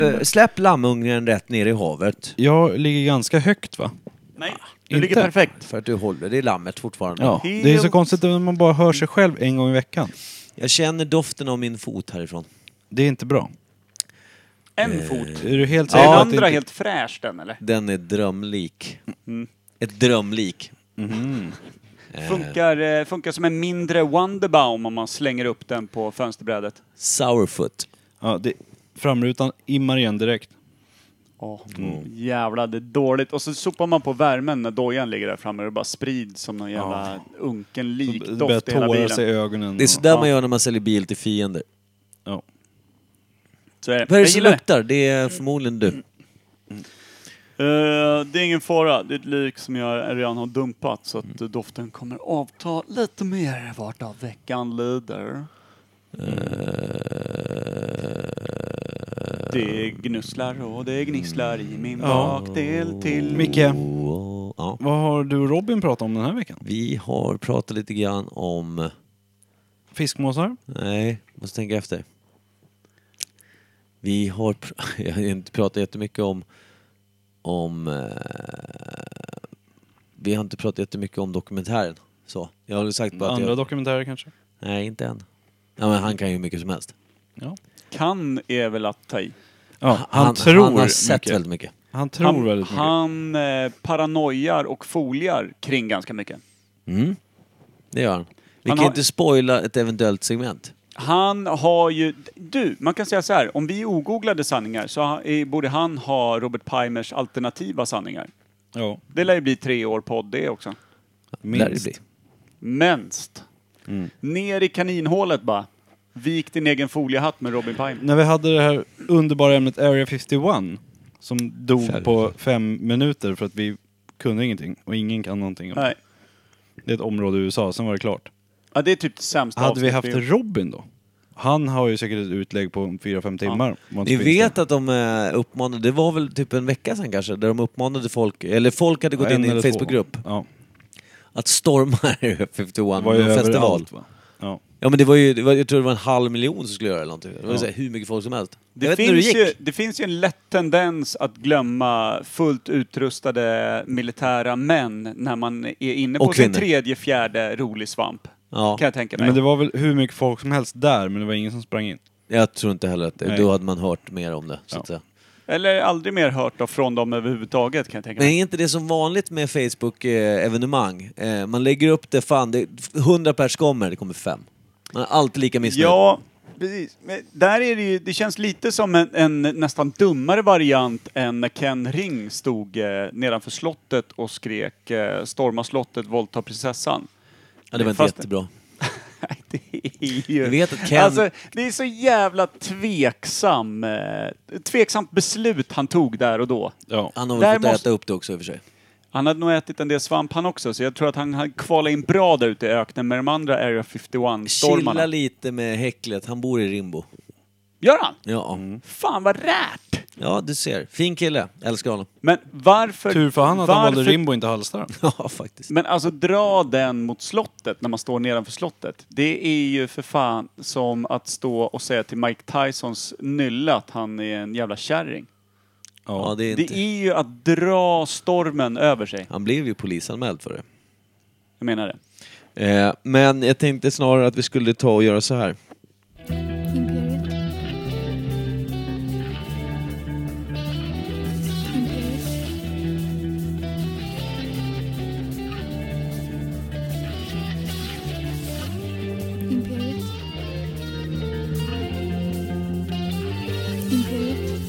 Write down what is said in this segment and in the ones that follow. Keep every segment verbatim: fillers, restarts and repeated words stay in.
Uh, släpp lammungen rätt ner i havet. Jag ligger ganska högt, va? Nej, du Inte. ligger perfekt. För att du håller det i lammet fortfarande. Ja, Helt... det är så konstigt att man bara hör sig själv en gång i veckan. Jag känner doften av min fot härifrån. Det är inte bra. En Eh, fot. Är du helt Är säker den på att andra det inte... helt fräsch den, eller? Den är drömlik. Mm. Ett drömlik. Mhm. Eh, Funkar, eh, funkar som en mindre Wonderbaum om man slänger upp den på fönsterbrädet. Sourfoot. Ja, det... Framrutan immar igen direkt. Åh, jävlar, det är dåligt. Och så sopar man på värmen när dojan ligger där framme och det bara sprids som någon jävla unken Det likdoft börjar i hela tåra bilen. sig i ögonen. Det är och- sådär Ja. man gör när man säljer bil till fiender. Ja. Så är det. Vad är Jag det som gillar det. luktar? Det är förmodligen du. Eh, det är ingen fara. Det är ett lik som jag redan har dumpat så att eh, doften kommer avta lite mer vart av veckan lider. Det gnisslar och det gnisslar i min Ja. bakdel till... Micke, Oh, ja. vad har du och Robin pratat om den här veckan? Vi har pratat lite grann om... Fiskmåsar? Nej, måste tänka efter. Vi har... pr- Jag har inte pratat jättemycket om... om eh, vi har inte pratat jättemycket om dokumentären. Så. Jag har sagt bara att Andra jag, dokumentärer kanske? Nej, inte än. Ja, men han kan ju mycket som helst. Ja. Kan är väl att ta i. Ja, han, tror han har sett mycket. väldigt mycket. Han tror Han, väldigt mycket. han eh, paranoiar och foliar kring ganska mycket. Mm. Det gör han. Vi Han kan har- inte spoila ett eventuellt segment. Han har ju... Du, man kan säga så här. Om vi ogooglade sanningar så ha- eh, borde han ha Robert Palmers alternativa sanningar. Ja, Det lär ju bli tre år podd det också. Lär det minst. bli. Minst. Mm. Ner i kaninhålet bara. Vik din egen foliehatt med Robin Palmer. När vi hade det här underbara ämnet Area femtioett som dog Fem. på fem minuter för att vi kunde ingenting och ingen kan någonting om det. Nej. Det är ett område i U S A, sen var det klart. Ja, det är typ det sämsta Hade vi haft avsnittet. Robin då? Han har ju säkert ett utlägg på fyra fem timmar. Ja. Ni vet att de eh, uppmanade, det var väl typ en vecka sedan kanske, där de uppmanade folk, eller folk hade gått in i en Facebookgrupp Ja, att storma Area femtioett det var ju festival. överallt, va? Ja. Ja, men det var ju, det var, jag tror det var en halv miljon som skulle göra det eller någonting. Det var Ja. så här, hur mycket folk som helst. Det, jag vet inte hur det finns gick. ju, det finns ju en lätt tendens att glömma fullt utrustade militära män när man är inne på Och sin kvinnor. tredje, fjärde rolig svamp. Ja, Kan jag tänka mig. Men det var väl hur mycket folk som helst där, men det var ingen som sprang in. jag tror inte heller att det, Nej. då hade man hört mer om det. Så Ja. att säga. Eller aldrig mer hört då från dem överhuvudtaget kan jag tänka Men mig. är inte det som vanligt med Facebook-evenemang? Eh, man lägger upp det, fan, det, hundra pers kommer, det kommer fem. Man är alltid lika missnöjd. Ja, precis. Men där är det ju, det känns lite som en, en nästan dummare variant än när Ken Ring stod eh, nedanför slottet och skrek eh, storma slottet, våldta prinsessan. Ja, det var inte Fast- jättebra. Nej, det är ju... Jag vet att Ken... Alltså, det är så jävla tveksam, eh, tveksamt beslut han tog där och då. Ja. Han har Där väl fått måste- äta upp det också i och för sig. Han hade nog ätit en del svamp han också, så jag tror att han hade kvalat in bra där ute i öknen med de andra Area Chilla femtioett-stormarna. lite med häcklet, han bor i Rimbo. Gör han? Ja, Fan vad rärt! ja du ser. Fin kille, älskar honom. Men varför... Tur för han att han valde varför- Rimbo och inte Hallsta. Ja, faktiskt. Men alltså dra den mot slottet när man står nedanför slottet. Det är ju för fan som att stå och säga till Mike Tysons nylle att han är en jävla kärring. Ja, Ja. det är Det inte... är ju att dra stormen över sig. Han blev ju polisanmäld för det. Jag menar det. Eh, men jag tänkte snarare att vi skulle ta och göra så här. Imperiet. Imperiet. Imperiet. Imperiet.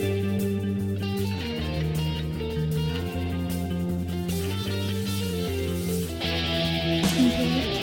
Imperiet.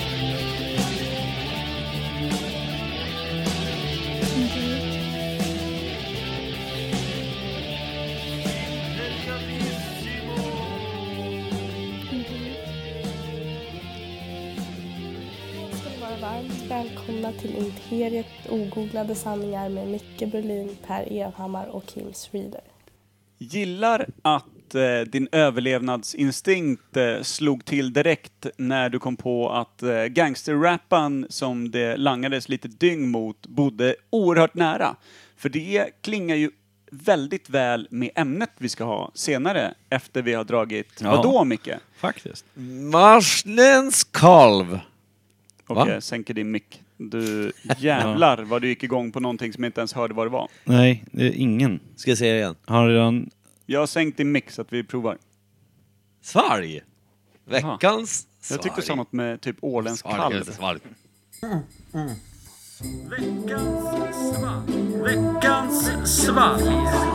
Ska ni vara varmt välkomna till Imperiet ogooglade sanningar med Micke Berlin, Per Evhammar och Kim Reader. Gillar att eh, din överlevnadsinstinkt eh, slog till direkt när du kom på att eh, gangsterrappan som det langades lite dyng mot bodde oerhört nära. För det klingar ju väldigt väl med ämnet vi ska ha senare efter vi har dragit. Ja. Vadå, Micke? Faktiskt. Marsläns kalv. Okej, Va? sänker din mick. Du jävlar vad du gick igång på någonting som jag inte ens hörde vad det var. Nej, det är ingen. Ska jag säga det igen? Har redan... Jag har sänkt din mick så att vi provar. Svarg. Veckans svarg. Jag tyckte du sa något med typ åländsk kalv. Svarg. Veckans svalg.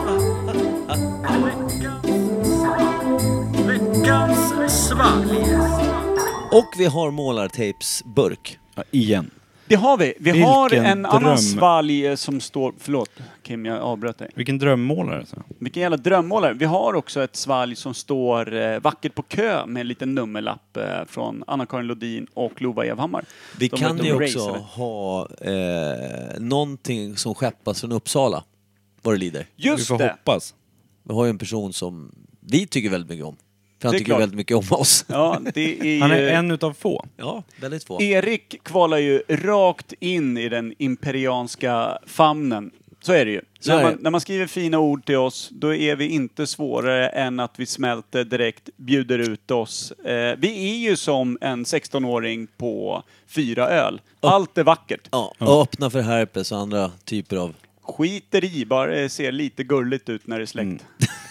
Veckans svalg. Och vi har målartejpsburk. Ja, igen. Det har vi. Vi Vilken har en dröm. annan svalg som står... Förlåt, Kim, jag avbröt dig. Vilken drömmålare. Alltså. Vilken jävla drömmålare. Vi har också ett svalg som står eh, vackert på kö med en liten nummerlapp eh, från Anna-Karin Lodin och Lova Evhammar. Vi De kan är ju de också racade. ha eh, någonting som skeppas från Uppsala. Vad det lider. Vi Just får det! hoppas. Vi har ju en person som vi tycker väldigt mycket om. För han Det är tycker klart. väldigt mycket om oss. Ja, det är Han är ju... en utav få. Ja, väldigt få. Erik kvalar ju rakt in i den imperianska famnen. Så är det ju. Så När är man, det. när man skriver fina ord till oss, då är vi inte svårare än att vi smälter direkt, bjuder ut oss. Eh, vi är ju som en sexton-åring på fyra öl. Allt är vackert. Ja, och öppna för herpes och andra typer av... Skiter i, bara det ser lite gulligt ut när det är släkt. Mm.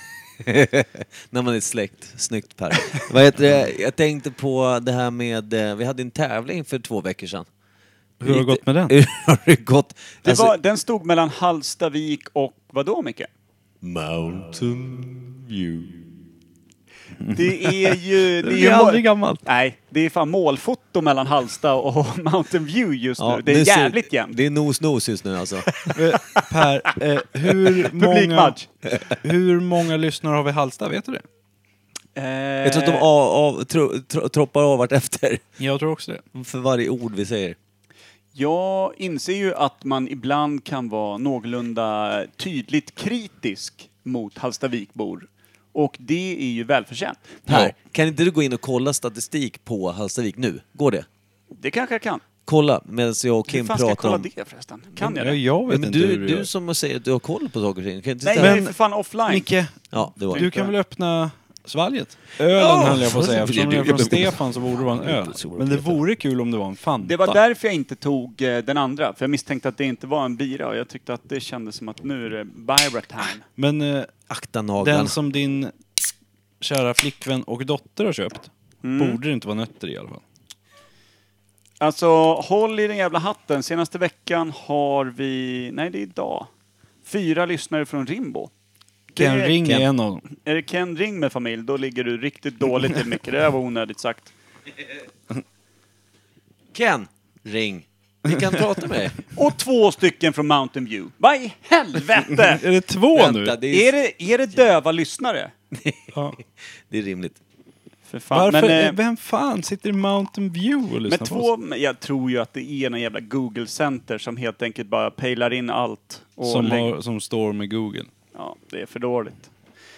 När man är släkt. Snyggt, Per. Vad heter det? Jag tänkte på det här med... eh, Vi hade en tävling för två veckor sedan. Hur har det gått med den? Hur har det gått? Det Alltså, var, den stod mellan Hallstavik och vadå, Micke? Mountain View. Det är ju... Det är är ju aldrig gammalt. Nej, det är fan målfoto mellan Halsta och Mountain View just Ja, nu. Det är nu ser- jävligt jämnt. Det är nos-nos just nu alltså. Eh, Per, eh, hur många, Publikmatch. hur många lyssnare har vi i Hallsta? Vet du det? Eh, Jag tror att de av, av, tro, tro, troppar av vart efter. Jag tror också det. För varje ord vi säger. Jag inser ju att man ibland kan vara någorlunda tydligt kritisk mot Hallstavikbor. Och det är ju välförtjänt. Per, kan inte du gå in och kolla statistik på Hallstavik nu? Går det? Det kanske jag kan. Kolla medan jag och Hur Kim fan ska jag pratar kolla om... det förresten? Kan jag Ja, det? jag Ja, vet men inte du, hur du, du gör. som säger att du har koll på saker och ting. Kan inte Nej, ställa... jag är för fan offline. Micke, Ja, det var du kan väl öppna svalget? Ölen Ja, höll jag på att säga. för- Eftersom det är från Stefan så borde det vara en öl. Men det vore kul om det var en Fanta. Det var därför jag inte tog eh, den andra. För jag misstänkte att det inte var en bira. Och jag tyckte att det kändes som att nu är det bira time. Men eh, Akta naglarna. den som din kära flickvän och dotter har köpt, Mm. borde det inte vara nötter i alla fall. Alltså, håll i den jävla hatten. Senaste veckan har vi... Nej, det är idag. Fyra lyssnare från Rimbo. Ken Det- Ring Ken. är en av dem. Är det Ken Ring med familj, då ligger du riktigt dåligt till mycket. Det där var onödigt sagt. Ken, ring. Vi kan prata med dig. Och två stycken från Mountain View. Vad i helvete? Är det två Vänta, nu? det är, är, det, är det döva lyssnare? Ja. det är rimligt. För fan. Varför? Men, eh, Vem fan sitter i Mountain View och lyssnar men på oss? två, men jag tror ju att det är någon jävla Google Center som helt enkelt bara pejlar in allt. Och Som, lägger- har, som står med Google. Ja, det är för dåligt.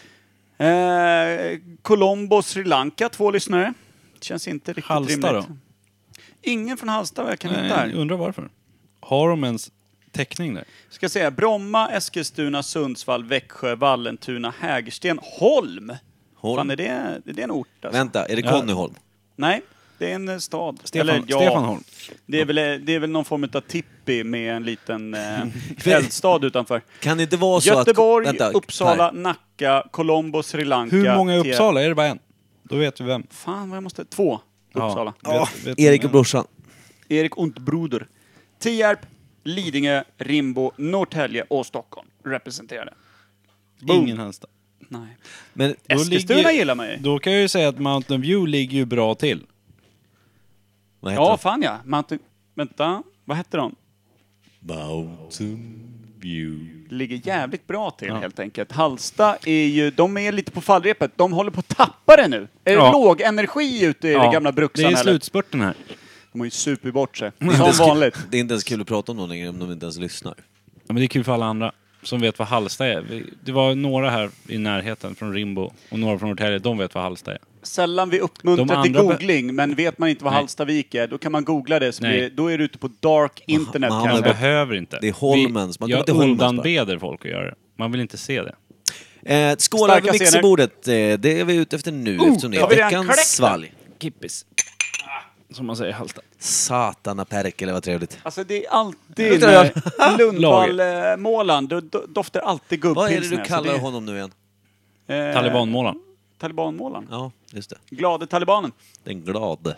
Eh, Colombo, Sri Lanka, två lyssnare. Känns inte riktigt Halsta rimligt. då? Ingen från Halsta vad jag kan hitta Nej, här. jag undrar varför. Har de ens täckning där? Ska säga Bromma, Eskilstuna, Sundsvall, Växjö, Vallentuna, Hägersten, Holm. Holm. Fan, är det, är det en ort alltså? Vänta, är det Ja. Connyholm? Nej, det är en eh, stad. Stefan, Eller, ja, Stefan Holm. Det är, väl, det är väl någon form av tippi med en liten eh, eldstad utanför. Kan det inte vara så Göteborg, att... Vänta, Uppsala, Per. Nacka, Colombo, Sri Lanka. Hur många i T- Uppsala? Är det bara en? Då vet vi vem. Fan, vad jag måste... Två. Uppsala. Ja, vet, vet Erik vem. och brorsan. Erik und Bruder. Tierp, Lidingö, Rimbo, Norrtälje och Stockholm representerade. Boom. Ingen Halmstad. Nej. Men Då Eskilstuna ligger- gillar man ju. Då kan jag ju säga att Mountain View ligger ju bra till. vad heter Ja, den? fan ja. Mountain... Vänta, vad hette de? Mountain View. Det ligger jävligt bra till Ja. helt enkelt. Halsta är ju, de är lite på fallrepet. De håller på att tappa det nu. Är det Ja. låg energi ute i det gamla det är brukssamhället? slutspurten här. De har ju super bort sig. Det är inte Som ens kul- vanligt. Det är inte ens kul att prata om någon längre om de inte ens lyssnar. Ja, men det är kul för alla andra som vet vad Halsta är. Vi- Det var några här i närheten från Rimbo och några från Norrtälje. De vet vad Halsta är. Sällan vi uppmuntrar De till andra be- googling, men vet man inte vad Nej. Hallstavik är, då kan man googla det. Så Nej. blir, då är du ute på dark internet man kan Man jag säga. behöver inte. Det är Holmens. Man Vi, kommer jag till Holmens bara. undanbeder folk att göra det. Man vill inte se det. Eh, skål över Starka scener. mixerbordet, eh, det är vi ute efter nu eftersom det har är vi redan veckans kläckt svalg. Kippis. Som man säger i Halmstad. Satana perkele, vad trevligt. Alltså det är alltid Luktar när Lundvall-målan, då do- doftar alltid Vad är gubbpilsner. det du så kallar det- honom nu igen? eh, Talibanmålaren. Talibanmålaren. Ja, just det. Glade talibanen. Den glade.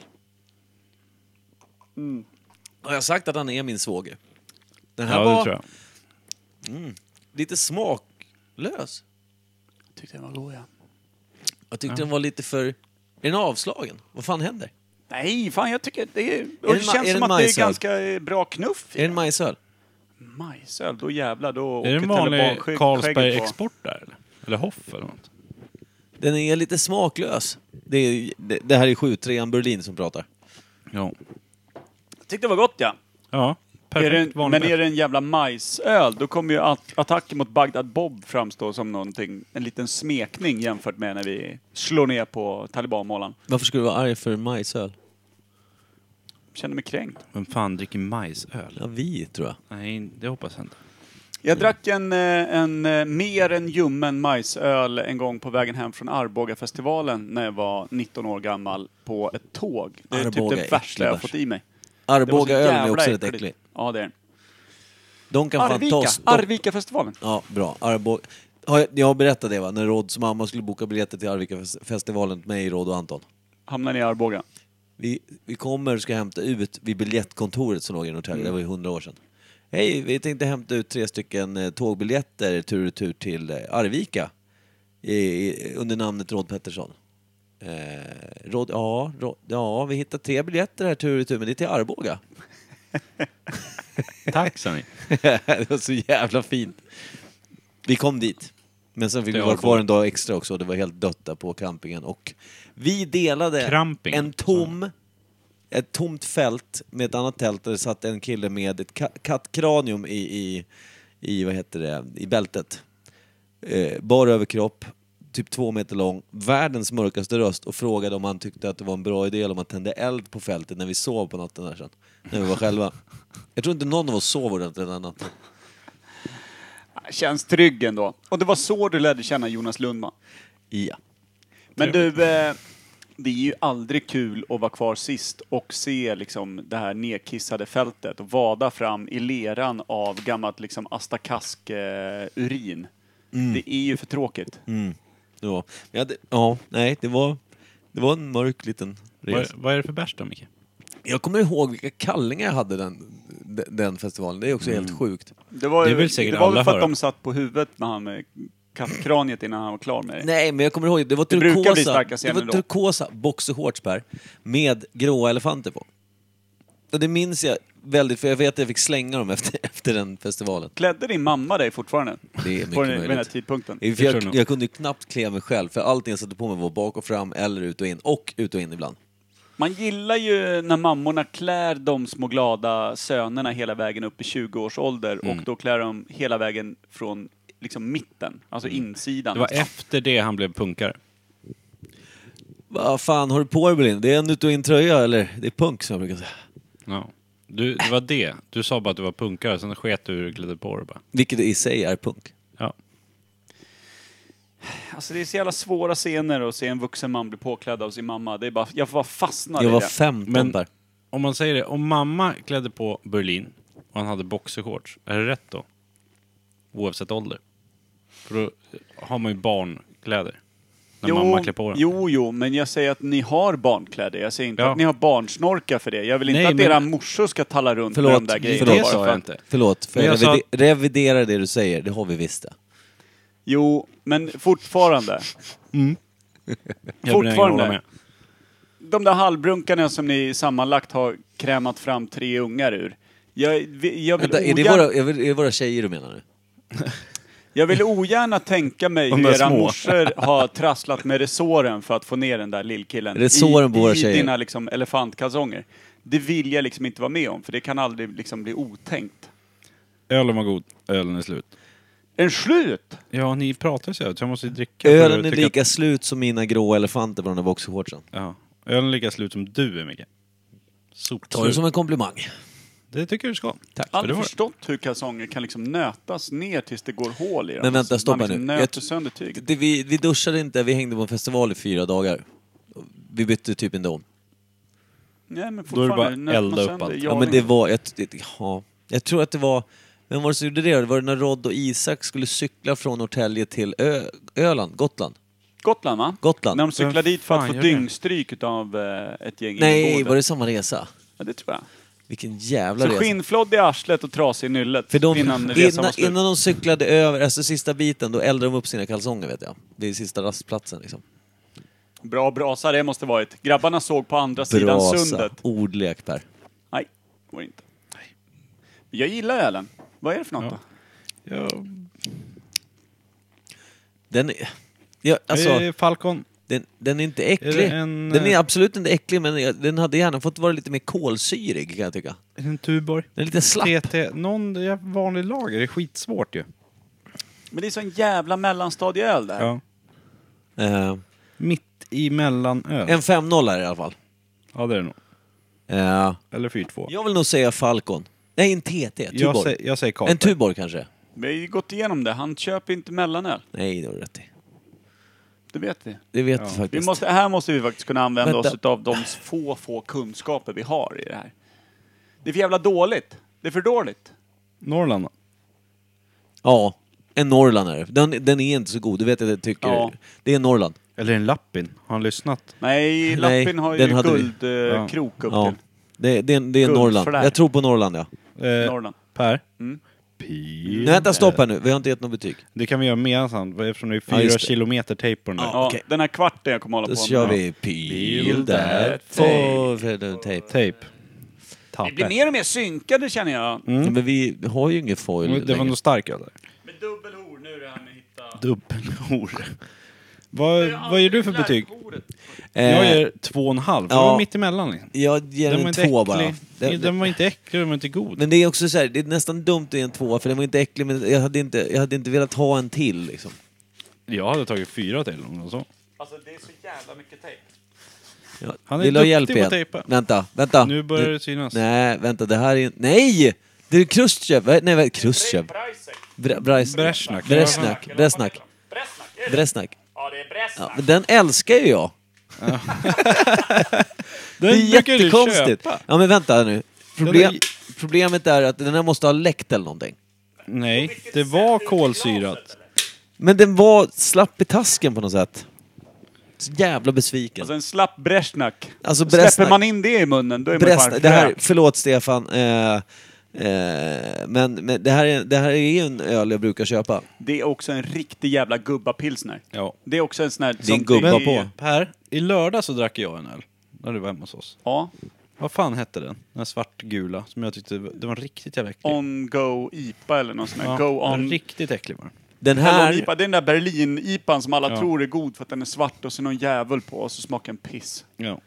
Mm. Har jag sagt att han är min svåger? Den här Ja, det var tror jag. lite smaklös. Jag tyckte den var god, ja. Jag tyckte den var lite för... Är den avslagen? Vad fan händer? Nej, fan jag tycker det är... Är Och det det ma- känns är det som att det majsöl? är ganska eh, bra knuff. Är det en majsöl? Majsöl, då jävlar, då Är det en åker vanlig talibanskägg- Carlsberg skägget på. Export där eller? Eller Hoff eller något? Den är lite smaklös. Det, är, det, det här är sju trean Berlin som pratar. Ja. Jag tyckte det var gott, ja. Ja, Är perfekt. det en, vanlig men är det en jävla majsöl, då kommer ju at- attacken mot Bagdad Bob framstå som någonting, en liten smekning jämfört med när vi slår ner på talibanmålan. Varför skulle du vara arg för majsöl? Känner mig kränkt. Vem fan dricker majsöl? Ja, vi tror jag. Nej, det hoppas jag inte. Jag drack en, eh, en eh, mer än ljummen majsöl en gång på vägen hem från Arbogafestivalen när jag var nitton år gammal på ett tåg. Det är Arboga typ är det värsta jag har äcklig fått i mig. Det var så Arboga-ölen är jävla också rätt äckligt. äcklig. Ja, det är den. De kan fan Arvika, ta stopp. Arvika-festivalen. Ja, bra. Arbo... Har jag, jag berättade det va? När Rods mamma skulle boka biljetter till Arvika-festivalen med mig, Rod och Anton. Hamnar ni i Arboga? Vi, vi kommer och ska hämta ut vid biljettkontoret som låg i Norrtälje, det var ju hundra år sedan. Hej, vi tänkte hämta ut tre stycken eh, tågbiljetter tur och tur till eh, Arvika i, i, under namnet Rod Pettersson. Eh, Rod, ja, Rod, ja, vi hittade tre biljetter här tur och tur, men det är till Arboga. Tack, sa ni. Det var så jävla fint. Vi kom dit. Men sen fick vi Det vara var kvar bra. en dag extra också. Det var helt dött där på campingen. Och vi delade Krampingen, en tom, ett tomt fält med ett annat tält där det satt en kille med ett ka- kattkranium i, i, i, vad heter det, i bältet. Eh, bara överkropp, typ två meter lång, världens mörkaste röst och frågade om han tyckte att det var en bra idé om man tände eld på fältet när vi sov på natten där sen. När vi var själva. Jag tror inte någon av oss sov ordentligt den natten. Känns trygg ändå. Och det var så du lärde känna Jonas Lundman. Ja. Men du, eh, det är ju aldrig kul att vara kvar sist och se liksom det här nedkissade fältet och vada fram i leran av gammalt liksom astakask-urin. Det är ju för tråkigt. Mm. Ja, ja, det, ja, nej, det var, det var en mörk liten Vad, resa. vad är det för bärs då, Micke? Jag kommer ihåg vilka kallingar jag hade den, den, den festivalen. Det är också helt sjukt. Det var, Det ju- vill säkert det var alla väl för att höra. de satt på huvudet med han med kattkraniet innan han var klar med det. Nej, men jag kommer ihåg, det var Det brukar bli turkosa, starka det scener var då. turkosa boxershortspär med gråa elefanter på. Och det minns jag väldigt, för jag vet att jag fick slänga dem efter, efter den festivalen. Klädde din mamma dig fortfarande? Det är mycket På den, vid den här möjligt. tidpunkten? För Det tror jag jag, nog. jag kunde ju knappt klä mig själv, för allting jag satte på mig var bak och fram, eller ut och in, och ut och in ibland. Man gillar ju när mammorna klär de små glada sönerna hela vägen upp i tjugo års ålder Mm. och då klär de hela vägen från liksom mitten, alltså insidan. Det var efter det han blev punkare. Vad fan har du på dig, Berlin? Det är en ut och in tröja, eller? Det är punk som jag brukar säga. Ja. Du, det var det. Du sa bara att du var punkare, sen sket du hur du klädde på dig bara. Vilket i sig är punk. Ja. Alltså det är så jävla svåra scener att se en vuxen man bli påklädd av sin mamma. Det är bara, jag får bara fastna Jag i var det. femton Men- där. Om man säger det, om mamma klädde på Berlin och han hade boxershorts, är det rätt då? Oavsett ålder. För då har man ju barnkläder. När mamma klär på dem. jo, jo, men jag säger att ni har barnkläder. Jag säger inte Ja. att ni har barnsnorkar för det. Jag vill inte Nej, att men- era morsor ska talla runt Förlåt, med de där grejerna. förlåt. Det bara sa för jag att- inte. Förlåt, för Men jag jag sa- revide- revidera det du säger, det har vi visst det. Jo, men fortfarande. Jag vill Fortfarande. hålla med. De där halvbrunkarna som ni sammanlagt har krämat fram tre ungar ur. Jag, jag, vill, Vänta, är det, ogärna, våra, är det är det våra tjejer du menar nu? jag vill ogärna tänka mig De hur där era små. morsor har trasslat med resåren för att få ner den där lillkillen Resåren på våra i, i tjejer. dina liksom, elefantkalsonger. Det vill jag liksom inte vara med om, för det kan aldrig liksom bli otänkt. Ölen var god, ölen är slut. En slut! Ja, ni pratar så jag måste dricka. för Ölen att är tycka lika att- slut som mina grå elefanter på de där boxershortsen. Ja. Ölen är lika slut som du är, Micke. Ta det Sopslut. som en komplimang. Det tycker jag du ska. Tack. Jag har För det aldrig var- förstått hur kalsonger kan liksom nötas ner tills det går hål i dem. Men vänta, Så stoppa man liksom nu. nöter Jag- sönder tyget. Det, vi, vi duschade inte, vi hängde på en festival i fyra dagar. Vi bytte typ inte om. Nej, men Då är det fortfarande bara nöter man elda upp sönder. allt. Ja, Ja, men det var... Jag, det, ja, jag tror att det var... Vem var det som gjorde det? Det var när Rod och Isak skulle cykla från Norrtälje till Ö, Öland, Gotland. Gotland, va? Gotland. När de cyklar Vem dit för fan att få gör det? dyngstryk av eh, ett gäng Nej, inneboende. var det samma resa? Ja, det tror jag. Vilken jävla Så resa. skinnflodd i arslet och trasig i nyllet För de, innan resan var innan, slut. innan de cyklade över, alltså sista biten, då eldade de upp sina kalsonger vet jag. Det är sista rastplatsen liksom. Bra brasa det måste varit. Grabbarna såg på andra sidan Brasa. sundet. Ordlek Per. Nej, det var det inte. Jag gillar ölen. Vad är det för något Ja. då? Ja. Den är... Ja, alltså, Eh, Falcon. den, den är inte Är äcklig. det en, Den är eh, absolut inte äcklig, men jag- den hade gärna fått vara lite mer kolsyrig kan jag tycka. Är det en Tuborg? Den är lite slapp. T T. Någon det är vanlig lager. Det är skitsvårt ju. Men det är sån jävla mellanstadieöl där. Ja. Eh, Mitt i mellanöl. en fem noll är det i alla fall. Ja, det är det nog. Eh, Eller fyra två. jag vill nog säga Falcon. Nej, en T T. Jag, Tuborg. säger, jag säger En Carlsberg. Tuborg kanske? Vi har ju gått igenom det. Han köper inte mellanöl. Nej, det har du rätt i. Det vet vi. Det vet Ja. du vi faktiskt. måste, här måste vi faktiskt kunna använda Vänta. oss av de få, få kunskaper vi har i det här. Det är för jävla dåligt. Det är för dåligt. Norrland då? Ja, en Norrland är det. Den, den är inte så god, du vet att jag tycker. Ja. Det är Norrland. Eller en Lappin? Har han lyssnat? Nej, Nej, Lappin har den ju hade vi. guldkrok Ja. upp Ja. till. Det, det, det är Guldflärd. Norrland. Jag tror på Norrland, ja. Eh, Norrland. Per? Mm. Pil. Nej, vänta, stopp här nu. Vi har inte gett något betyg. Det kan vi göra med han, eftersom det är Ja, fyra just det. kilometer tejp på den där. Ja. Ja, okej. den här kvarten jag kommer hålla Då på kör med. vi pil Pil där. där, För tejp. Tejp. Vi blir Tappe. mer och mer synkade känner jag. Ja, men vi har ju ingen foil Mm, Det var längre. nog stark öl där. Med dubbelhor, nu är det här med hitta... Dubbelhor. vad, vad ger du för betyg? Eh, Jag ger två och en halv. För ja. det var mitt emellan. Liksom. jag ger Den var en inte två äcklig. bara. Det- Den var inte äcklig, den var inte god. Men det är också så här, det är nästan dumt att ge en tvåa, för den var inte äcklig, men jag hade inte, jag hade inte velat ha en till liksom. Jag hade tagit fyra till om det var så. Alltså det är så jävla mycket tejp. Ja. Han är Vill du ha duktig hjälp på att igen? tejpa. Vänta, vänta. Nu börjar det synas. Nej, vänta, det här är ju... Nej! Det är Khrushchev. Va- Nej, vad- Khrushchev. Bra- Brais- Brezhnak. Bresnak. Bresnak. Bresnak, är det? Bresnak. Ja, det är Bresnak. Ja, men den älskar ju jag. Det är Den brukar du jättekonstigt. köpa. Ja, men vänta här nu. Problem, Den problemet är att den här måste ha läckt eller någonting. Nej, det var kolsyrat. Men den var slapp i tasken på något sätt. Så jävla besviken. Alltså en slapp Bresnak. Alltså, Släpper Bresnak- man in det i munnen, då är man fan Brest, det här, kräk. förlåt Stefan, eh, eh, men, men det, här är, det här är ju en öl jag brukar köpa. Det är också en riktig jävla gubbapilsner. Ja. Det är också en sån här... Det är en som- gubba är- på. Per, i lördag så drack jag en öl. När du var hemma hos oss. Ja. Vad fan hette den? Den svartgula som jag tyckte det var riktigt jävla äcklig. On Go I P A eller något sånt där. Ja, Go On... Riktigt äcklig var den. Den Hallon här, I P A, det är den där Berlin-I P An som alla Ja. tror är god för att den är svart och så är någon jävel på och så smakar en piss. Ja.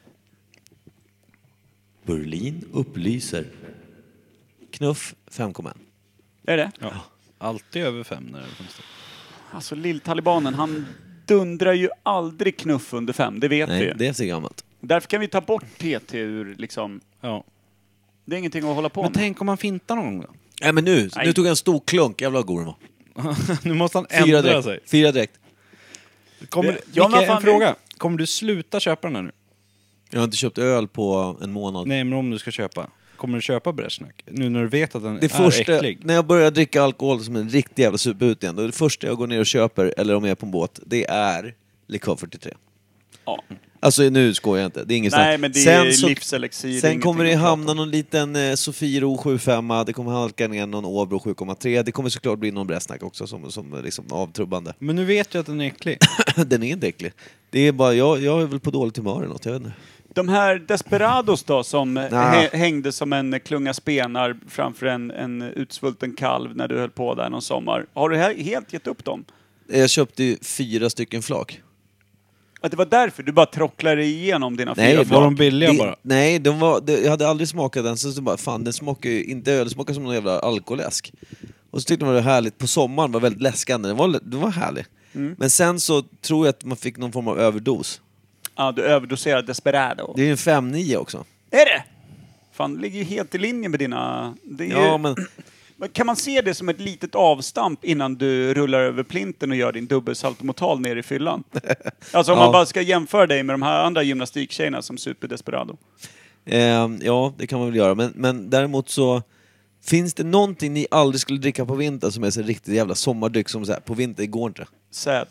Berlin upplyser. Knuff fem komma ett. Är det? ja. Alltid över fem när det finns det. Alltså lill-talibanen, han dundrar ju aldrig knuff under fem, det vet vi Nej, ju. det är så gammalt. Därför kan vi ta bort T T ur liksom... Ja. Det är ingenting att hålla på Men med. tänk om man fintar någon gång då? Nej men nu, Nej. nu tog jag en stor klunk, jävla vad god den var. Nu måste han Fyra ändra direkt. sig. Fyra direkt. Kommer, Det- ja, ja, men Micke, fan, en fråga. Kommer du sluta köpa den här nu? Jag har inte köpt öl på en månad. Nej, men om du ska köpa. Kommer du köpa Bresnak? Nu när du vet att den Det är första, äcklig. när jag börjar dricka alkohol som en riktig jävla superut igen, då är det första jag går ner och köper, eller om jag är på en båt, det är Likör fyrtiotre. Ja. Alltså nu skojar jag inte, det är inget Nej, snack. men det Sen är så- livselixir. det är Sen kommer det ingenting att hamna prata om. någon liten eh, Sofiero sju komma fem, det kommer halka ner någon Åbro sju komma tre, det kommer såklart bli någon Bresnak också som, som är liksom avtrubbande. Men nu vet jag att den är äcklig. Den är inte äcklig. Det är bara, jag, jag är väl på dåligt humör eller något, jag vet inte. De här Desperados då, som Ah. hä- hängde som en klunga spenar framför en, en utsvulten kalv när du höll på där någon sommar. Har du he- helt gett upp dem? Jag köpte ju fyra stycken flak. Att det var därför du bara trocklade igenom dina Nej, fyra var flak? Var de billiga det, bara? Nej, de var, det, jag hade aldrig smakat den, så, så bara, fan den smakar ju inte öl, det smakar som någon jävla alkoläsk. Och så tyckte man det var härligt, på sommaren var väldigt läskande, den var, den var härlig. Mm. Men sen så tror jag att man fick någon form av överdos. Ja, du överdoserade Desperado. Det är ju en fem nio också. Är det? Fan, det ligger ju helt i linje med dina... Det är Ja, ju, men Kan man se det som ett litet avstamp innan du rullar över plinten och gör din dubbelsaltomotal ner i fyllan? Alltså om Ja. man bara ska jämföra dig med de här andra gymnastiktjejerna som Super Desperado. eh, ja, det kan man väl göra. Men, men däremot så finns det någonting ni aldrig skulle dricka på vintern som är så riktigt jävla sommardryck som så här, på vintern går inte. Säd.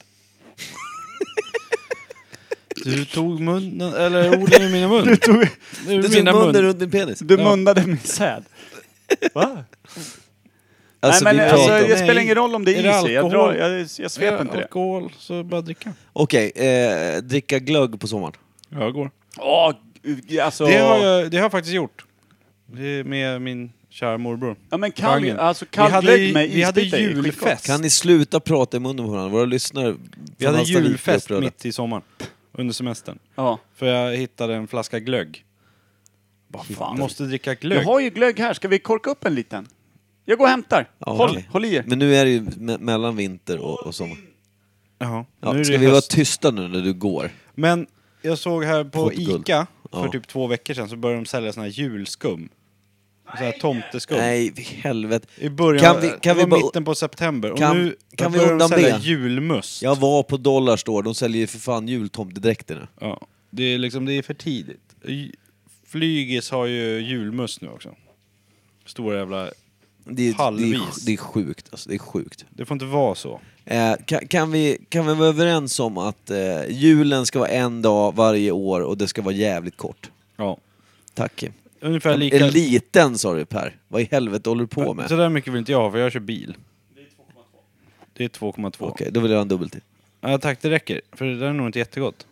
Du tog munnen, eller orden i mina mun. Du, tog, Du tog munnen runt din penis. du Ja. munnade min säd. Va? Alltså, Nej, vi men pratar alltså, om... det spelar ingen roll om det Är är det is i. Jag, alkohol? drar, jag, jag svep Ja, inte det. alkohol, så bara dricka. Okej, eh, dricka glögg på sommaren. Ja, det går. Åh, alltså... Det har jag, det har jag faktiskt gjort. Det är med min kära morbror. Ja, men kall, Rangen. alltså, Vi hade, kallglögg med vi hade isbitar i, skitgott. julfest. Kan ni sluta prata i munnen på varandra? Våra lyssnare... Vi hade från Hallstavik är julfest upprörda. mitt i sommaren. Under semestern. Ja. För jag hittade en flaska glögg. Bara, fan, måste dricka glögg. Jag har ju glögg här. Ska vi korka upp en liten? Jag går och hämtar. Ja, håll, okej. håll i er. Men nu är det ju me- mellan vinter och, och sommar. Jaha, Ja, nu är ska det vi vara höst. tysta nu när du går? Men jag såg här på Fått guld. Ica för Ja. typ två veckor sedan så började de sälja såna här julskum. Så här tomteskum. Nej, för helvete. I början, Kan vi- det kan var vi bara- mitten på september. Kan- och nu kan vi börjar de undan sälja be? julmust. Jag var på Dollarstore, de säljer ju för fan jultomtedräkter nu. Ja, det är liksom, det är för tidigt. J- Flygis har ju julmust nu också. Stora jävla... Det är, det, Halvvis. är, det är sjukt, alltså. Det är sjukt. Det får inte vara så. Eh, kan, kan, vi, kan vi vara överens om att eh, julen ska vara en dag varje år och det ska vara jävligt kort? Ja. Tack. Ungefär lika... En liten, sa du Per. Vad i helvete håller du på med? Så där mycket vill inte jag ha för jag kör bil. Det är två komma två. Okej, då vill jag ha en dubbel till. Ja tack, det räcker. För det där är nog inte jättegott.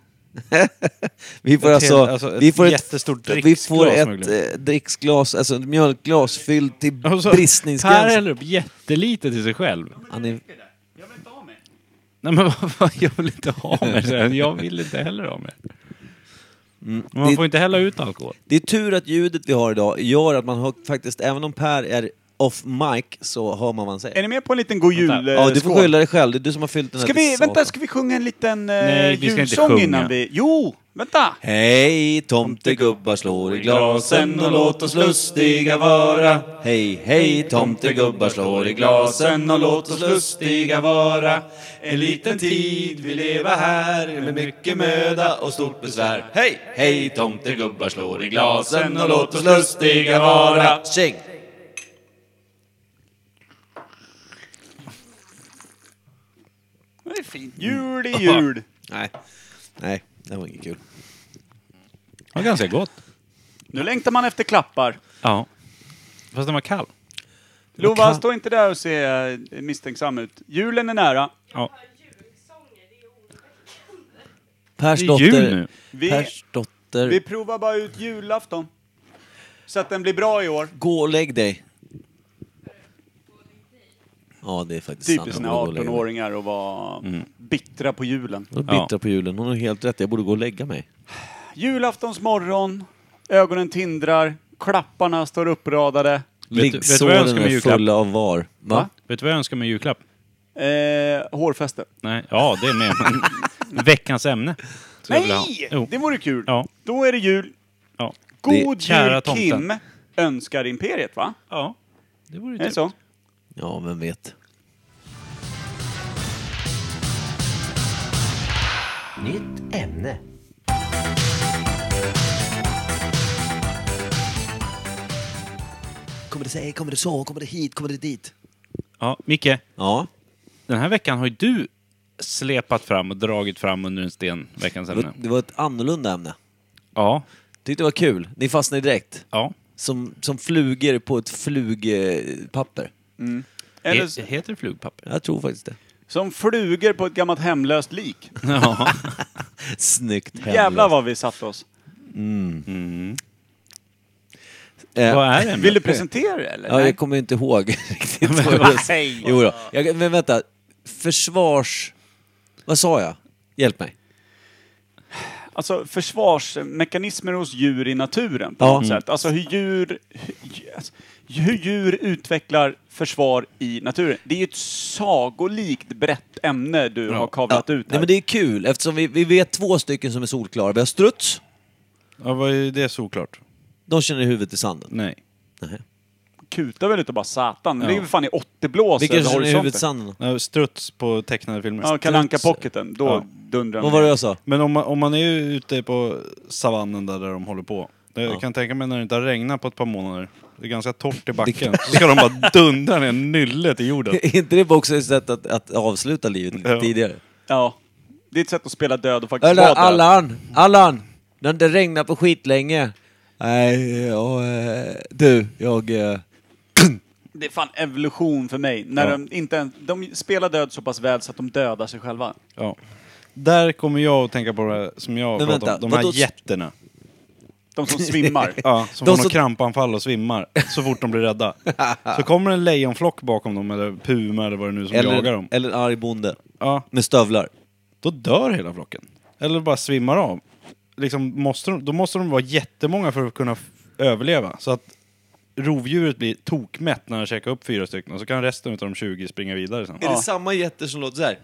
Vi får Ett alltså, helt- alltså ett vi får ett, jättestort vi får dricksglas, ett möjligen. eh, dricksglas, alltså ett mjölkglas fyllt till Och så- Per bristningsgränsen. häller upp jättelite till sig själv. Han är, Jag vill inte ha mig. Nej men vad fan, jag vill inte ha mig sen. Jag vill inte heller ha mig. mm, Men man det, får inte hälla ut alkohol. det är tur att ljudet vi har idag gör att man hör faktiskt, även om Per är off mic så hör man vad han Är säger. ni med på en liten god jul? Vänta. eh, Ja, du får skål? skylla dig själv. Det är du som har fyllt den här Ska vi, till vänta, satan. ska vi sjunga en liten eh, Nej, vi ska inte julsång sjunga. innan vi... Jo, vänta! Hej, tomtegubbar slår i glasen och låt oss lustiga vara. Hej, hej, tomtegubbar slår i glasen och låt oss lustiga vara. En liten tid vi leva här med mycket möda och stort besvär. Hej, hej, tomtegubbar slår i glasen och låt oss lustiga vara. Tjing! Det är fint. Jul är jul. Nej, nej, det var inget kul. Det var ganska gott. Nu längtar man efter klappar. Ja. Fast den var kall. Lova, kan- stå inte där och se eh, misstänksam ut. Julen är nära. Ja. Pers Det är jul dotter, nu. Vi, Pers dotter, vi provar bara ut julafton. Så att den blir bra i år. gå och lägg dig. Ja, det är faktiskt sant. Typiskt Jag när borde gå och lägga mig. arton-åringar och vara bittra på julen. Jag är bittra Ja. på julen. Hon har helt rätt. Jag borde gå och lägga mig. Julaftons morgon, ögonen tindrar, klapparna står uppradade. Vet du- vet du vad jag önskar Liggsåren med är julklapp? fulla av var. Va? Va? Vet du vad jag önskar med julklapp? Eh, hårfäste. Nej, ja det är med. Men veckans ämne. skulle jag vilja ha. Nej! Jo. Det vore kul. Ja. Då är det jul. Ja. God Det- kära jul tomten. Kim önskar Imperiet, va? Ja. Det vore ju Är det typ. så? Ja, vem vet. Nytt ämne. Kommer det sig, kommer det så, kommer det hit, kommer det dit? Ja, Micke. Ja, Den här veckan har ju du släpat fram och dragit fram under en sten veckans det var, ämne. det var ett annorlunda ämne. Ja. Tyckte det var kul. Ni fastnade direkt. Ja. Som, som flugor på ett flugpapper. Eller He- heter det flugpapper? Jag tror faktiskt det. som flugor på ett gammalt hemlöst lik. Ja. Snyggt. Jävlar vad vi satt oss. Mm. Eh, Vad är det? Vill du presentera det eller? Ja, jag kommer inte ihåg riktigt vad vad jag säger Jo då. Jag, men vänta. Försvars... Vad sa jag? Hjälp mig. Alltså försvarsmekanismer hos djur i naturen på Ja. något sätt. Alltså hur djur, hur, alltså, hur djur utvecklar försvar i naturen. Det är ju ett sagolikt brett ämne du har kavlat ut här. Nej, men det är kul eftersom vi, vi vet två stycken som är solklara. Vi har struts. Ja, vad är det såklart? De känner huvudet i sanden. Nej. Nej. Kutar väl utav bara satan. Det Ja. ligger väl fan i åttio blås Vilka över känner huvudet i horisonten. sanden då? Ja, struts på tecknade filmer. Ja, Kalle Anka-pocketen. Då Ja. dundrar Vad de var det ner. jag sa? Men om man, om man är ju ute på savannen där, där de håller på. Det, Ja. Jag kan tänka mig när det inte har regnat på ett par månader. Det är ganska torrt i backen. Så ska de bara dundra ner nyllet i jorden. Är inte det också ett sätt att, att avsluta livet lite Ja. tidigare? Ja. Det är ett sätt att spela död och faktiskt Eller vara död. Allan! Allan! Det har inte regnat på skit länge. Nej, jag, eh, du, jag... eh, Det är fan evolution för mig. När Ja. de, inte ens, de spelar död så pass väl så att de dödar sig själva. Ja. Där kommer jag att tänka på det här som jag Men pratar vänta, om. De här vadå? jätterna. De som svimmar. Ja, som De får som- något krampanfall och svimmar så fort de blir rädda. Så kommer en lejonflock bakom dem, eller puma eller vad det nu är som jagar eller, dem. eller en arg bonde. Ja, Med stövlar. då dör hela flocken. Eller bara svimmar av. Liksom måste de, då måste de vara jättemånga för att kunna f- överleva. Så att rovdjuret blir tokmätt när den käkar upp fyra stycken. Och så kan resten av de tjugo springa vidare sen. Är det samma jätter som låter så här?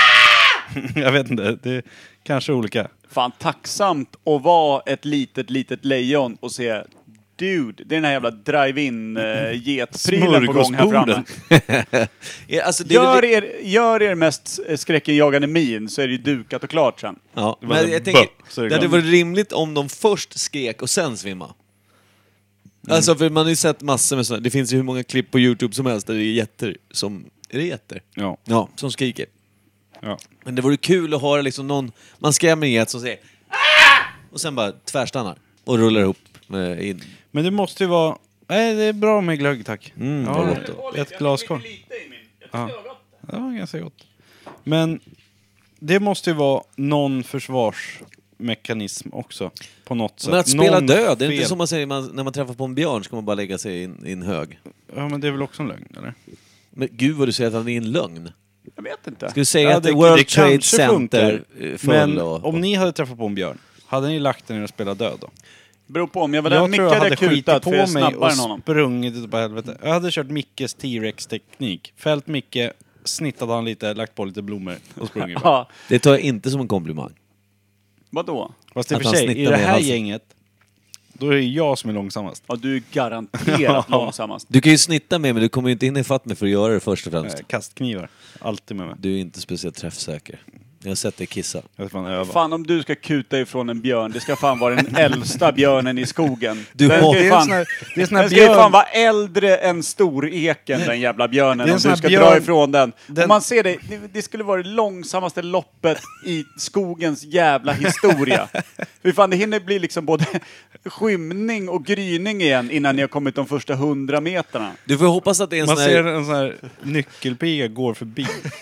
Jag vet inte, det är kanske olika. Fan tacksamt att vara ett litet, litet lejon och se dude, det är den här jävla drive-in uh, getprylen på gång här framme. Ja, alltså, det är Gör väl- er, gör er mest skräckinjagande min så är det ju dukat och klart sen. Ja, Det var men en jag tänker, bö, så är det det hade klart. varit rimligt om de först skrek och sen svimma. Alltså för man har ju sett massor med sådana, det finns ju hur många klipp på YouTube som helst där det är jätter som, är det jätter? Ja, Ja, som skriker. ja. Men det vore kul att höra liksom någon, man skrämmer en get som säger "Ah!" och sen bara tvärstannar och rullar ihop med in. Men det måste ju vara... Nej, det är bra med glögg, tack. Mm, ja, vad gott då. ett glas kvar. Ja. Det var ganska gott. Men det måste ju vara någon försvarsmekanism också. På något sätt. Men att spela någon död, det är fel. inte som man säger man, när man träffar på en björn ska man bara lägga sig i en, i en hög. Ja, men det är väl också en lögn, eller? Men gud vad du säger att han är en lögn. Jag vet inte. Ska du säga Ja, att det- World det Trade kanske Center funkar. föll Men och... om ni hade träffat på en björn, hade ni lagt den ner och spelat död då? Beror på, om jag var där Jag Micke tror jag hade hade skitit kutat på för jag är mig snabbare och än honom. sprungit ut på helvete. Jag hade kört Mickes T-Rex-teknik. Fällt Micke, snittat han lite, lagt på lite blommor och sprungit. bara. Ja, Det tar jag inte som en komplimang. vadå? Fast i och Att för han sig, i snittar det mig i här halsen. gänget, då är det jag som är långsammast. Ja, du är garanterat långsammast. Du kan ju snitta mig men du kommer ju inte in i fatt mig för att göra det först och främst. Eh, Kastknivar. Alltid med mig. Du är inte speciellt träffsäker. Jag har sett dig kissa. Jag vet fan öva. Fan om du ska kuta ifrån en björn, det ska fan vara den äldsta björnen i skogen. Du den har- ska Det ju är en fan, sån här, det är en sån här den ska ju fan björn. vara äldre än storeken, den jävla björnen, Det är en om sån du här ska björn- dra ifrån den. den- Om man ser det, det, det skulle vara det långsammaste loppet i skogens jävla historia. För fan, det hinner bli liksom både skymning och gryning igen innan ni har kommit de första hundra meterna. Du får hoppas att det är en Man sån ser här... en sån här nyckelpiga går förbi.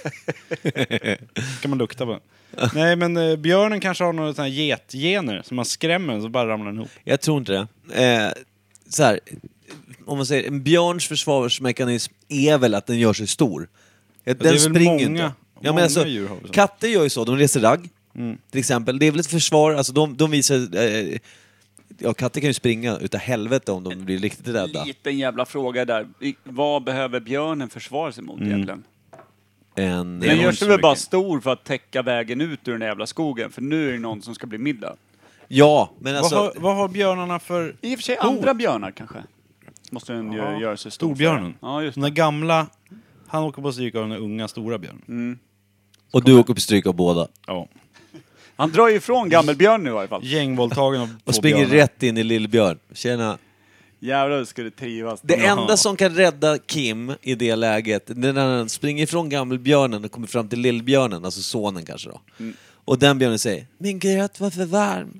kan man lukta på den. Nej, men eh, björnen kanske har några såna här getgener som man skrämmer den så bara ramlar den ihop. Jag tror inte det. Eh, så här, om man säger en björns försvarsmekanism är väl att den gör sig stor. Den det är väl springer många- inte. Ja, många men alltså, djur har väl så. katter gör ju så, de reser ragg. Mm. Till exempel. Det är väl ett försvar, alltså de, de visar... Eh, ja, katter kan ju springa utav helvete om de blir riktigt rädda. Liten jävla fråga där. I- Vad behöver björnen försvara sig mot Mm. egentligen? En, Det är Den nog gör inte sig så väl bara mycket. stor för att täcka vägen ut ur den där jävla skogen. För nu är det någon som ska bli middag. ja, men alltså... vad, har, vad har björnarna för... I och för sig Hot. andra björnar kanske. Måste den ju Ja. göra sig stor för. Storbjörnen. Ja, just Den det. där gamla, han åker på stryk av den där unga stora björnen. Mm. Och du åker på stryk av båda. Ja. Han drar ju ifrån gammelbjörn nu i alla fall. Gängvåldtagen av Och två springer björnar. rätt in i Lillbjörn. Tjena. Jävlar ska det trivas. Det Jaha. enda som kan rädda Kim i det läget, det är när han springer ifrån gammelbjörnen och kommer fram till lillbjörnen, alltså sonen kanske då. Mm. Och den björnen säger, min gröt var för varm.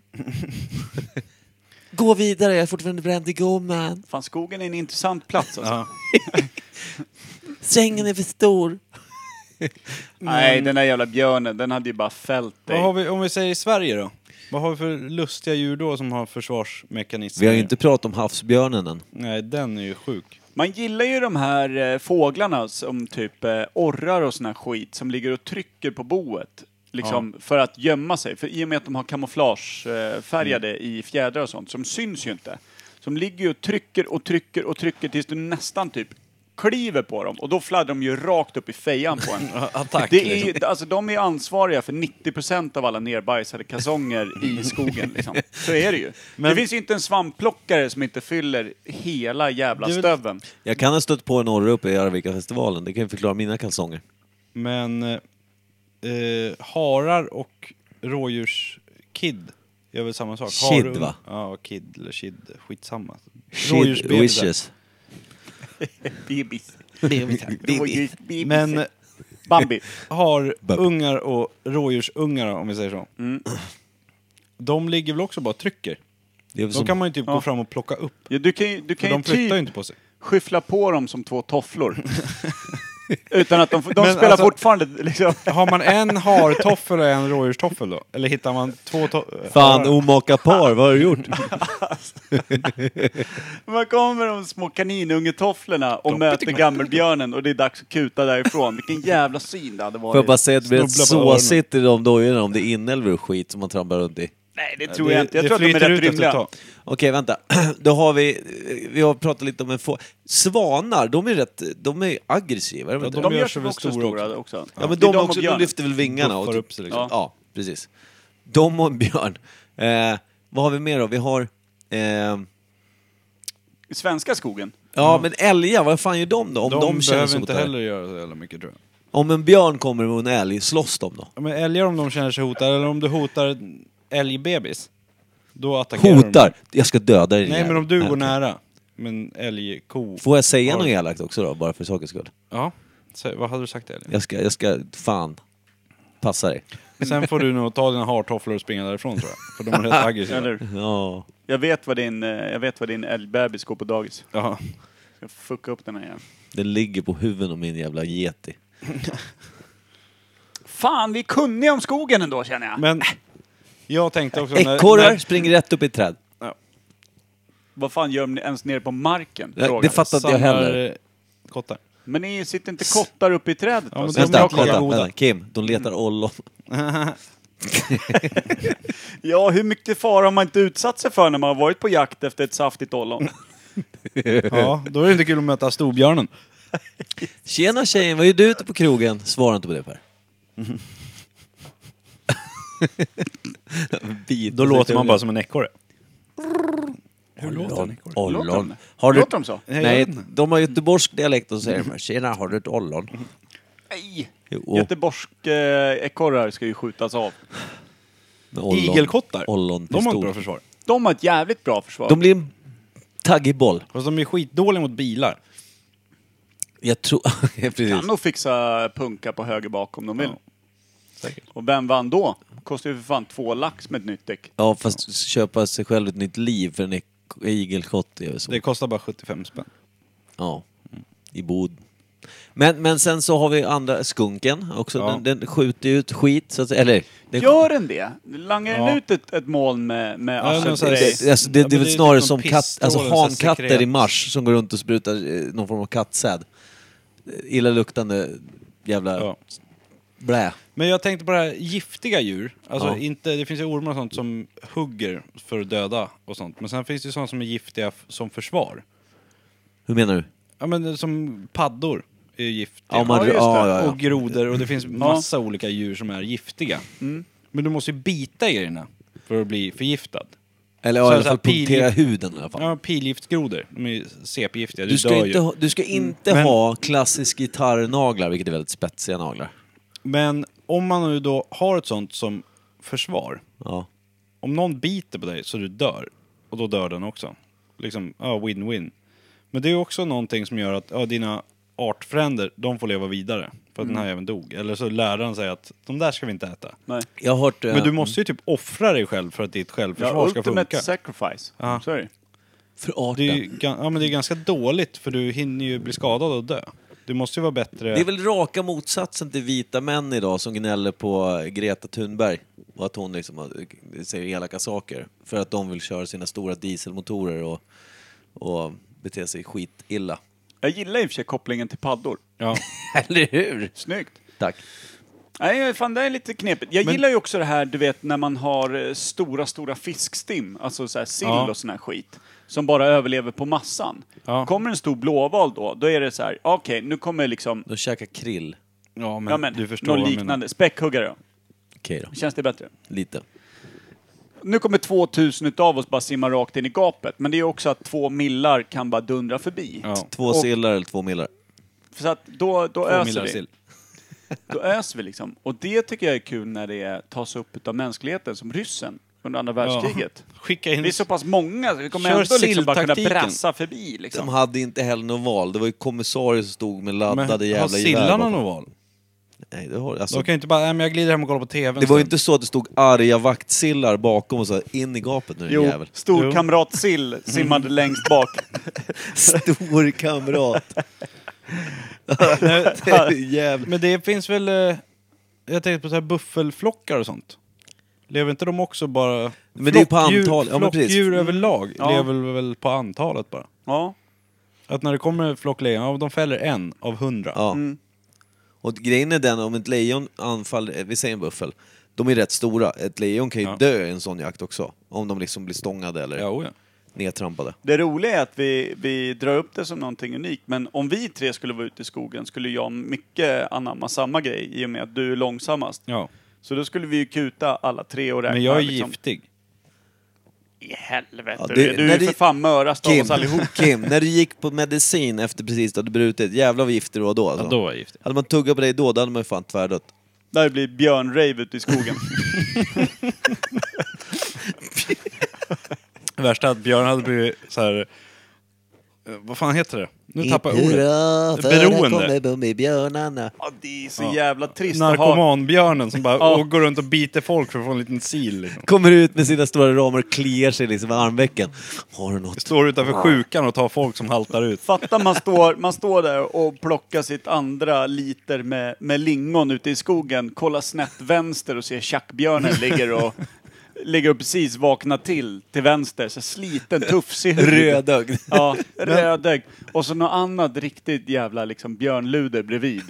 Gå vidare, jag är fortfarande bränd i gommen. Fan, skogen är en intressant plats alltså. Ja. Sängen är för stor. Nej, den där jävla björnen, den hade ju bara fällt dig. Vad har vi, om vi säger i Sverige då? Vad har vi för lustiga djur då som har försvarsmekanismer? Vi har ju inte pratat om havsbjörnen än. Nej, den är ju sjuk. Man gillar ju de här eh, fåglarna som typ eh, orrar och sån här skit som ligger och trycker på boet. Liksom för att gömma sig. För i och med att de har kamouflagefärgade eh, i fjädrar och sånt, som syns ju inte. Som ligger ju och trycker och trycker och trycker tills du nästan typ kliver på dem och då fladdrar de ju rakt upp i fejan på en. Attack. Det liksom. är, alltså, de är ansvariga för nittio procent av alla nerbajsade kalsonger i skogen. Liksom. Så är det ju. Men- det finns ju inte en svampplockare som inte fyller hela jävla Det är väl- stöven. Jag kan ha stött på en norra uppe i Arvika-festivalen. Det kan ju förklara mina kalsonger. Men eh, eh, harar och rådjurskid gör väl samma sak? Kid, Harung- va? Ja, kid eller kid. Skitsamma. Shit Rådjursbebisar. wishes. Bebis. Bebis. Men Bambi. har ungar och rådjursungar, om vi säger så. Mm. De ligger väl också bara och trycker? Det är väl Då som... kan man ju typ Ja. gå fram och plocka upp. Ja, du kan ju, du För kan ju de flyttar ju typ inte på sig. skyffla på dem som två tofflor. Utan att de, de Men spelar alltså- fortfarande liksom. Har man en hartoffel och en rådjurstoffel då? Eller hittar man två to- Fan, harar? omaka par, vad har du gjort? Man kommer med de små kaninungetofflorna och Doppet möter i gammelbjörnen och det är dags att kuta därifrån. Vilken jävla syn det hade Får jag varit. bara säga att det blir rätt Snubbla på öronen. såsigt i de dojorna om det är inälvor och skit som man trampar runt i. Nej, det tror jag inte. Jag det tror att de är flyter rätt ut efter ett rymliga. tag. Okej, vänta. Då har vi... Vi har pratat lite om en få... Svanar, de är rätt... De är aggressiva, är de Ja, inte? de De gör gör sig sig väl också stora stora också. Ja, men Det är de, och också, de björnen. lyfter väl vingarna. Buffar Och upp sig liksom. Ja. Ja. precis. De och en björn. Eh, vad har vi mer då? Vi har... Eh, I svenska skogen. ja, men älgar, vad fan gör de då? Om De, de, känner behöver sig inte hotade? heller göra så jävla mycket, tror jag. Om en björn kommer med en älg, slåss de då? Ja, men älgar om de känner sig hotade, eller om du hotar en älgbebis, då attackerar Hotar! de. Jag ska döda dig. Nej, men om du Nej, går okej. nära. Men älgko... Får jag säga Ja. något elakt också då, bara för sakens skull? Ja. Så, vad hade du sagt, älg? Jag ska, jag ska, fan, passa dig. Sen får du nog ta dina hartofflor och springa därifrån, tror jag. För de är rätt aggressiva. Eller? Ja. Jag vet vad din, eh, jag vet vad din älgbebis går på dagis. Ja. Jag ska fucka upp den här igen. Den ligger på huvudet av min jävla yeti. Fan, vi är kunniga om skogen ändå, känner jag. Men jag tänkte också... när- Ekorrar när- springer rätt upp i ett träd. Vad fan gör de ens nere på marken? Ja, Frågar det jag. fattar inte jag samlar, heller. eh, Kottar. Men ni sitter inte kottar uppe i trädet Ja, då? men Så de jag Vänta, är kollar- vänta, goda. vänta. Kim, de letar ollon. Ja, hur mycket fara har man inte utsatt sig för när man har varit på jakt efter ett saftigt ollon? Ja, då är det inte kul att möta storbjörnen. Tjena tjejen, vad är du ute på krogen? Svara inte på det, Per. Då låter man bara som en ekorre. Hur låter en Ollon. ekorre? Låter Ollon. de? Har du... Låter de så? Nej, jag Nej, vet inte. de har göteborgsk dialekt och säger de, tjena, har du ett ollon? Nej! Jo, Göteborgsk eh, ekorrar ska ju skjutas av. med ollon. Igelkottar. Ollon, De har ett pistol. bra försvar. De har ett jävligt bra försvar. De blir en taggig boll. Fast de är skitdåliga mot bilar. Jag tror... Ja, precis. kan nog fixa punka på höger bak om de vill. Ja. Säkert. Och vem vann då? Kostar ju för fan två lax med ett nytt däck. Ja, fast köpa sig själv ett nytt liv för en ek- igelkott är väl så. Det kostar bara sjuttiofem spänn. Ja, i bod. Men, men sen så har vi andra, skunken också. Ja. Den, den skjuter ju ut skit, så att, eller... Den, Gör den det? Langar den Ja. ut ett, ett moln med, med Ja, men så här- aschespray? det, alltså, det, Ja, det är men väl det är snarare typ som någon katt, pistol alltså eller så här hankatter sekret. i mars som går runt och sprutar eh, någon form av kattsäd. Illaluktande jävla Ja. blä. Men jag tänkte på det här giftiga djur. Alltså Ja. inte, det finns ju ormar och sånt som hugger för att döda och sånt. Men sen finns det ju sånt som är giftiga f- som försvar. Hur menar du? Ja, men som paddor är ju giftiga. Ja, man, Ja, just det. ja, ja, ja. Och grodor, och det finns massa olika djur som är giftiga. Mm. Men du måste ju bita i grejerna för att bli förgiftad. Eller Så ja, i är alla det så här fall punktera pil- huden i alla fall. Ja, pilgiftsgrodor. De är ju C P-giftiga. Du ska, dör inte ju. ha, du ska inte Men- ha klassisk gitarrnaglar, vilket är väldigt spetsiga naglar. Men om man nu då har ett sånt som försvar. Ja. Om någon biter på dig så du dör. Och då dör den också. Liksom, ja, win-win. Men det är ju också någonting som gör att ja, dina artfränder, de får leva vidare. För att den här även dog. Eller så läraren säger att de där ska vi inte äta. Nej. Jag har hört... eh, Men du måste ju typ offra dig själv för att ditt självförsvar Ja, ska ultimate funka. sacrifice. Ja. Så är det. för Det arten. är, ju, gan- ja, men det är ganska dåligt för du hinner ju bli skadad och dö. Du måste ju vara bättre... Det är väl raka motsatsen till vita män idag som gnäller på Greta Thunberg. Och att hon liksom har- säger elaka saker. För att de vill köra sina stora dieselmotorer och, och bete sig skitilla. Jag gillar i och för sig kopplingen till paddor. Ja. Eller hur? Snyggt. Tack. Nej, fan det är lite knepigt. Jag Men- gillar ju också det här, du vet, när man har eh, stora, stora fiskstim. Alltså så här sill Ja. och sån här skit. som bara överlever på massan. Ja. Kommer en stor blåval då, då är det så här, okej, okay, nu kommer liksom... De käkar krill. Ja, men, ja, men du förstår något vad jag menar. liknande. Späckhuggare då. Okej då. Känns det bättre? Lite. Nu kommer tvåtusen utav oss bara simma rakt in i gapet. Men det är också att två millar kan bara dundra förbi. Ja. Två Och- sillar eller två millar. Så att då, då Två öser millar vi. sill. Då öser vi liksom. Och det tycker jag är kul när det tas upp utav mänskligheten som ryssen under andra världskriget. Ja. Skicka in... Vi är så pass många så vi kommer Kör ändå liksom bara kunna silltaktiken. brassa förbi De liksom. hade inte heller någon val. Det var ju kommissarier som stod med laddade men, jävla har gevär sillarna bakom. någon val? Nej, det har alltså, De kan ju inte bara, nej men jag glider hem och kollar på T V en det var ju stund. inte så att det stod arga vaktsillar bakom och så här, in i gapet nu, Jo, jävel. stor kamratsill simmade längst bak. Stor kamrat. Det är jävligt. Men det finns väl... eh, Jag tänkte på så här buffelflockar och sånt. Lever inte de också bara... Men det är på flockdjur- antal. Ja, men precis. flockdjur överlag Ja. lever väl på antalet bara. Ja. Att när det kommer en flock lejon, ja, de fäller en av hundra. Ja. Mm. Och grejen är den, om ett lejon anfaller, vi säger en buffel, de är rätt stora. Ett lejon kan ju Ja. dö i en sån jakt också. Om de liksom blir stångade eller Ja, oh ja. nedtrampade. Det roliga är att vi, vi drar upp det som någonting unikt. Men om vi tre skulle vara ute i skogen skulle jag mycket anamma samma grej i och med att du är långsammast. Ja. Så då skulle vi ju kuta alla tre och räkna. Men jag är liksom. giftig. I helvete. Ja, det- du du är när ju det- för fan mörast av Kim, oss allihop. Kim, när du gick på medicin efter precis då du brutit, jävlar vad gifter du var då alltså. Ja, då var jag giftig. Hade man tuggat på dig då, då hade man ju fan tvärdött. Där blir björnrave ute i skogen. Det värsta är att Björn hade blivit så här. eh, Vad fan heter det? Nu tappar jag ordet. Beroende. Bumbibjörnarna. Ja, det är så Ja. jävla trist att ha. Narkomanbjörnen som bara Ja. och går runt och biter folk för att få en liten sil. Liksom. Kommer ut med sina stora ramar och kliar sig liksom i armvecken. Har du något? Står utanför sjukan och tar folk som haltar ut. Fatta man står, man står där och plockar sitt andra liter med, med lingon ute i skogen, kollar snett vänster och ser tjackbjörnen ligger och ligger och precis vaknar till till vänster, så sliten, tuffsig hud. Rödögd. Ja, rödögd. Och så något annat riktigt jävla liksom björnluder bredvid.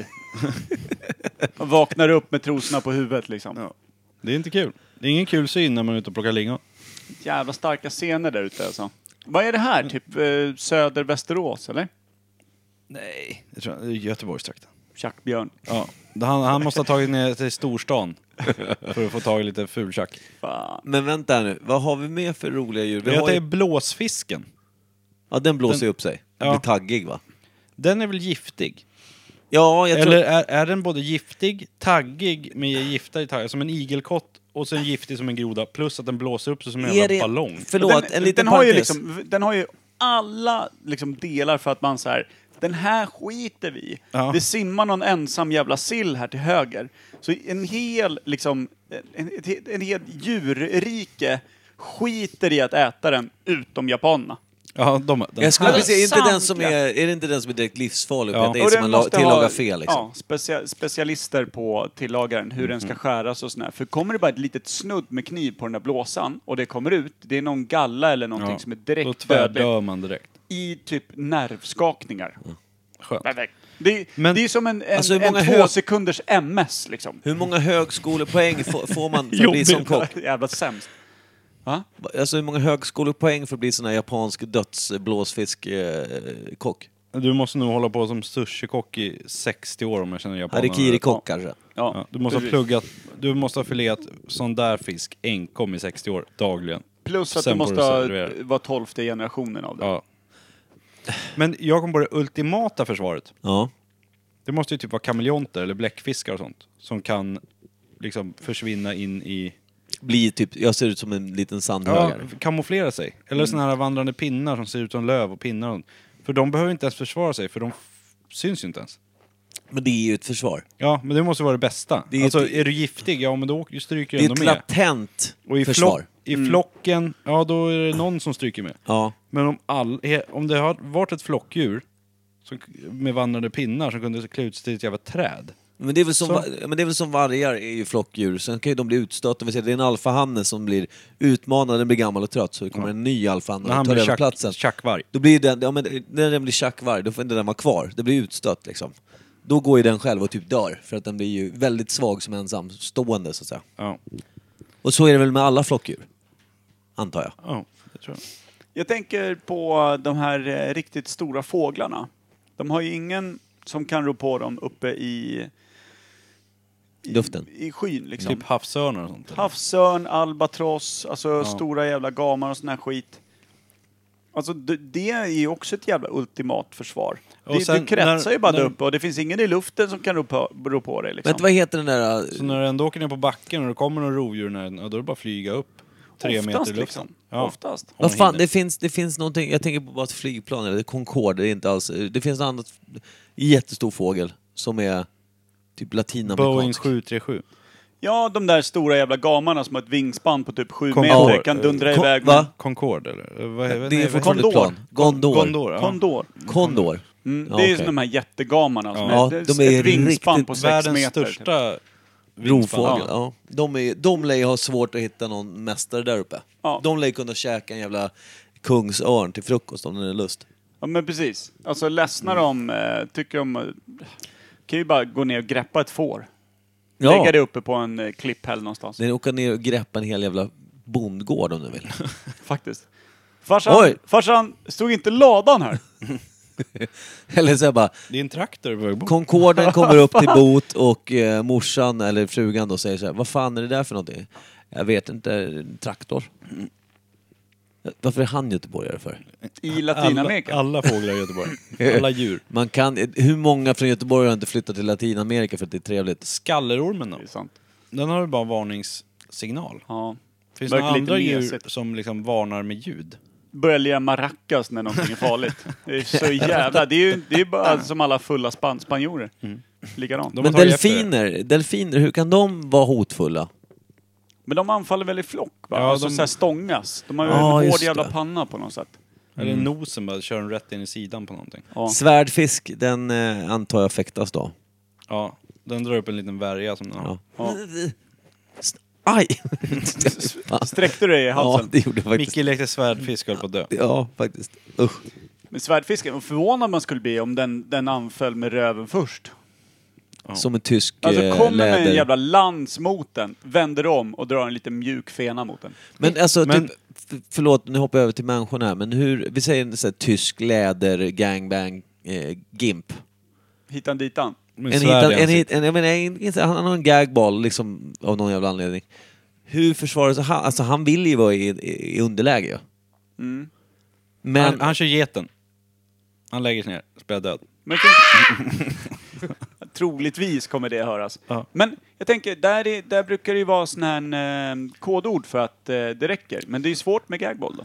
Och vaknar upp med trosorna på huvudet liksom. Ja. Det är inte kul. Det är ingen kul syn när man är ute och plockar lingon. Jävla starka scener där ute alltså. Vad är det här? Typ eh, söder Västerås eller? Nej, jag tror det är Göteborgstrakten. Tjackbjörn. Ja. Han, han måste ha tagit ner till storstan för att få tag i lite fultjack. Fan. Men vänta här nu, vad har vi med för roliga djur? Vi Vet har det är ju... blåsfisken. Ja, den blåser den- ju upp sig. Den Ja. blir taggig va? Den är väl giftig? Ja, jag tror... Eller är, är den både giftig, taggig med gifter i taggar, som en igelkott och sen giftig som en groda, plus att den blåser upp sig som en Är jävla det- ballong. Förlåt, den, en liten den har ju parentes. liksom, den har ju alla liksom delar för att man så här, den här skiter vi i. Ja. Det simmar någon ensam jävla sill här till höger. Så en hel liksom en, en, en hel djurrike skiter i att äta den utom japanerna. Ja, de, den Jag skulle här- vilja säga, är, inte den som Samtliga. är, är det inte den som är direkt livsfarlig? Ja. Ja. Det är Och som den man la- måste tillagar ha, fel liksom. Ja, specia, specialister på tillagaren, hur den ska Mm. skäras och sådär. För kommer det bara ett litet snudd med kniv på den där blåsan och det kommer ut, det är någon galla eller någonting Ja, som är då direkt dödligt tvärdör man direkt. i typ nervskakningar. Skönt. Perfekt. Det, Men- det är som en, en, Alltså, hur en många två hög- sekunders M S liksom. Hur många högskolepoäng får, får man för att bli Jobbigt. som kock? Jävla sämst. Va? Alltså hur många högskolepoäng för att bli sån här japansk dödsblåsfisk-kock? Du måste nog hålla på som sushi-kock i sextio år om jag känner japanerna. Harikiri-kock kanske? Ja, Ja, du måste ha precis. pluggat, du måste ha fileat sån där fisk enkom i sextio år, dagligen. Plus att Sen du får måste du ha, servera. vara tolfte generationen av det. Ja. Men jag kom på det ultimata försvaret. Ja. Det måste ju typ vara kameleonter eller bläckfiskar och sånt. Som kan liksom försvinna in i... Blir typ, jag ser ut som en liten Ja, sandhögare. kamouflera sig. Eller såna här vandrande pinnar som ser ut som löv och pinnar. och sånt. För de behöver inte ens försvara sig, för de f- syns ju inte ens. Men det är ju ett försvar. Ja, men det måste vara det bästa. Det är alltså, ett- är du giftig, ja men då åker- stryker Det du är ändå ett med. latent Och i, försvar. flock, i flocken, ja då är det någon som stryker med. Ja. Men om, all, he- om det har varit ett flockdjur som, med vandrande pinnar som kunde klä ut sig till ett jävla träd. Men det, är väl som, Så. va- men det är väl som vargar är ju flockdjur. Sen kan ju de bli utstötta. Vi säger, det är en alfahanne som blir utmanad, den blir gammal och trött. Så det kommer Ja. en ny alfahanne När han och tar blir över tjack, platsen. tjackvarg. Då blir den, ja, men när den blir tjackvarg, då får inte den vara kvar. Det blir utstött liksom. Då går ju den själv och typ dör. För att den blir ju väldigt svag som ensam stående så att säga. Ja, Och så är det väl med alla flockdjur. Antar jag. ja, det tror jag. Jag tänker på de här eh, riktigt stora fåglarna. De har ju ingen som kan rå på dem uppe i, i Luften. I skyn liksom. Typ havsörnar och sånt. eller? Havsörn, albatross, alltså stora jävla gamar och sån här skit. Alltså det, det är ju också ett jävla ultimat försvar. Och Det, sen du kretsar när- ju bara när- där uppe och det finns ingen i luften som kan rå på, rå på dig liksom. Men vad heter den där... Så när du ändå åker ner på backen och det kommer någon rovdjur nära, ja, då är det bara att flyga upp. Tre Oftast, meter i luften. liksom. Ja. Oftast. Om Vad man fan, hinner. det finns, det finns någonting, jag tänker på bara ett flygplan, eller Concorde, det är inte alls, det finns något annat jättestor fågel som är typ Boeing latinamerikansk. sju tre sju. Ja, de där stora jävla gamarna som har ett vingspann på typ sju Concorde. meter kan dundra Kon- iväg. va? Concorde eller? Vad, vad, Det är vad- fortfarande ett Condor. plan. Gondor. Gondor, ja. Kondor. Condor. Mm, Ja, det är ju okej. som de här jättegamarna. Som Ja, är, de ett är vingspann riktigt på sex Världens meter. största Rovfågel, Ja. ja. De, är, de lär ju ha svårt att hitta någon mästare där uppe. Ja. De lär ju kunna käka en jävla kungsörn till frukost om den är lust. Ja, men precis. Alltså ledsnar de, eh, tycker de... eh, kan ju bara gå ner och greppa ett får. Ja, Lägga det uppe på en eh, klipphäll någonstans. den åker ner och greppa en hel jävla bondgård om du vill. Faktiskt. Farsan, Oj. farsan, stod inte ladan här? Eller så här bara, Det är en traktor på väg bort. Concorden kommer upp till bot och eh, morsan eller frugan då säger så här: vad fan är det där för någonting? Jag vet inte, en traktor. Varför är han göteborgare för? I Latinamerika? Alla, alla fåglar i Göteborg. Alla djur. Man kan, hur många från Göteborg har inte flyttat till Latinamerika för att det är trevligt? Skallerormen då? Det är sant. Den har ju bara varningssignal. Ja. Finns det Verkar några lite andra djur mesigt. som liksom varnar med ljud? Börjar lira maracas när någonting är farligt. Det är så jävla... Det är ju det är bara som alla fulla span, spanjorer. Likadant. De Men har tagit efter delfiner, delfiner, hur kan de vara hotfulla? Men de anfaller väl i flock va? Ja, alltså de- så här stångas. De har ju Ja, en just hård jävla det. panna på något sätt. det. Eller nosen bara kör den rätt in i sidan på någonting. Ja. Svärdfisk, den eh, antar jag fäktas då. Ja, den drar upp en liten värja som den har. Ja. Ja. Aj! Sträckte du dig i Ja, halsen? det gjorde jag faktiskt. Micke lekte svärdfisk och höll på att dö. Ja, faktiskt. Usch. Men svärdfisken, och förvånad man skulle bli om den, den anföll med röven först. Som en tysk Alltså eh, kommer med läder. en jävla lans mot den, vänder om och drar en liten mjuk fena mot den. Men alltså, Men- typ, f- förlåt, nu hoppar jag över till människorna här, men hur, vi säger en sån här tysk läder, gangbang, eh, gimp. Hitan ditan. Med En svärd hitan, i en, ansiktet. hit, en, jag menar, en, en, han har en gagball liksom, av någon jävla anledning. Hur försvarar sig han? Alltså han vill ju vara i, i, i underläge ju. Mm. Men, Han, han kör geten. Han lägger sig ner, spelar död. Men troligtvis kommer det höras. Ja. Men jag tänker, där, är, där brukar det ju vara sån här eh, kodord för att eh, det räcker. Men det är ju svårt med gagboll då.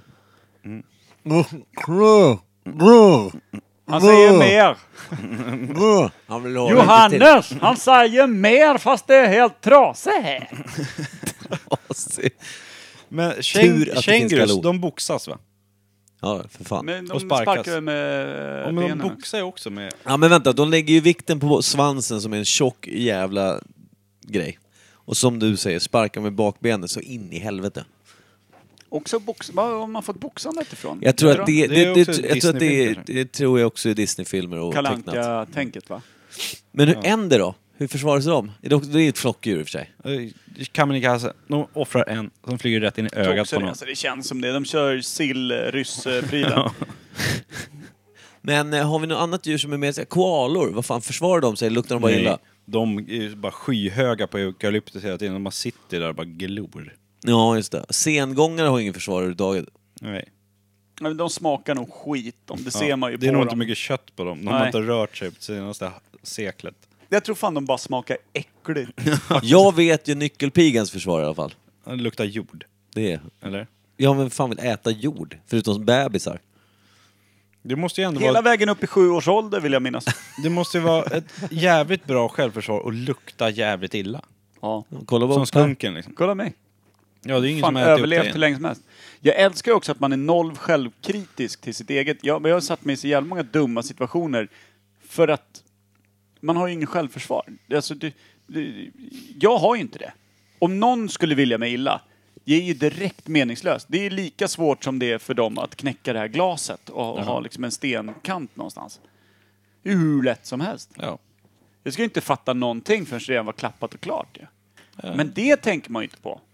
Han säger mer. han vill ha Johannes, han säger mer fast det är helt trasigt här. lite Men Tur att käng, det finns kängurus, galor. de boxas va? Ja, för fan. Men de Och sparkas. sparkar med Ja, men de benen. boxar ju också med... Ja men vänta, de lägger ju vikten på svansen som är en tjock jävla grej. Och som du säger, sparkar med bakbenet så in i helvete. Också box, var har man fått boxandet ifrån? Jag tror att det, Det det, är det, också jag tror att det, Disney-filmer. det tror jag också är Disney-filmer och Kalle tecknat. Anka-tänket va? Men hur änder då? Hur försvarar sig de? Är det, också, det är ett flockdjur i och för sig. Kamikaze, de offrar en som flyger rätt in i Jag tror ögat också på det, någon. alltså, det känns som det. De kör sill-ryss-prylen. Men eh, har vi något annat djur som är mer... så här, Koalor, vad fan försvarar de sig? Luktar de bara Nej, illa? de är ju bara skyhöga på eukalyptus hela tiden. De bara sitter där och bara glor. Ja, just det. Sengångare har ingen försvar överhuvudtaget. Nej. Men de smakar nog skit om det ser Ja, man ju det är på nog dem. inte mycket kött på dem. De Nej. har inte rört sig på senaste seklet. Jag tror fan de bara smakar äckligt. Jag vet ju nyckelpigans försvar i alla fall. Det luktar jord. Det är... Eller? Ja, men fan vill äta jord? Förutom som bebisar. Det måste ju ändå Hela vara, vägen upp i sju års ålder vill jag minnas. det måste ju vara ett jävligt bra självförsvar och lukta jävligt illa. Ja. Kolla på Som skunken liksom. Kolla mig. Ja, det är ingen Fan som har ätit upp överlevt det hur än. länge som helst. Jag älskar också att man är noll självkritisk till sitt eget. Jag, jag har satt mig i så jävla många dumma situationer för att man har ju ingen självförsvar. Alltså, det, det, jag har ju inte det. Om någon skulle vilja mig illa, det är ju direkt meningslöst. Det är lika svårt som det är för dem att knäcka det här glaset och, och ha liksom en stenkant någonstans. Det är hur lätt som helst. Ja. Jag ska ju inte fatta någonting förrän det redan var klappat och klart. Ja. Men det tänker man ju inte på.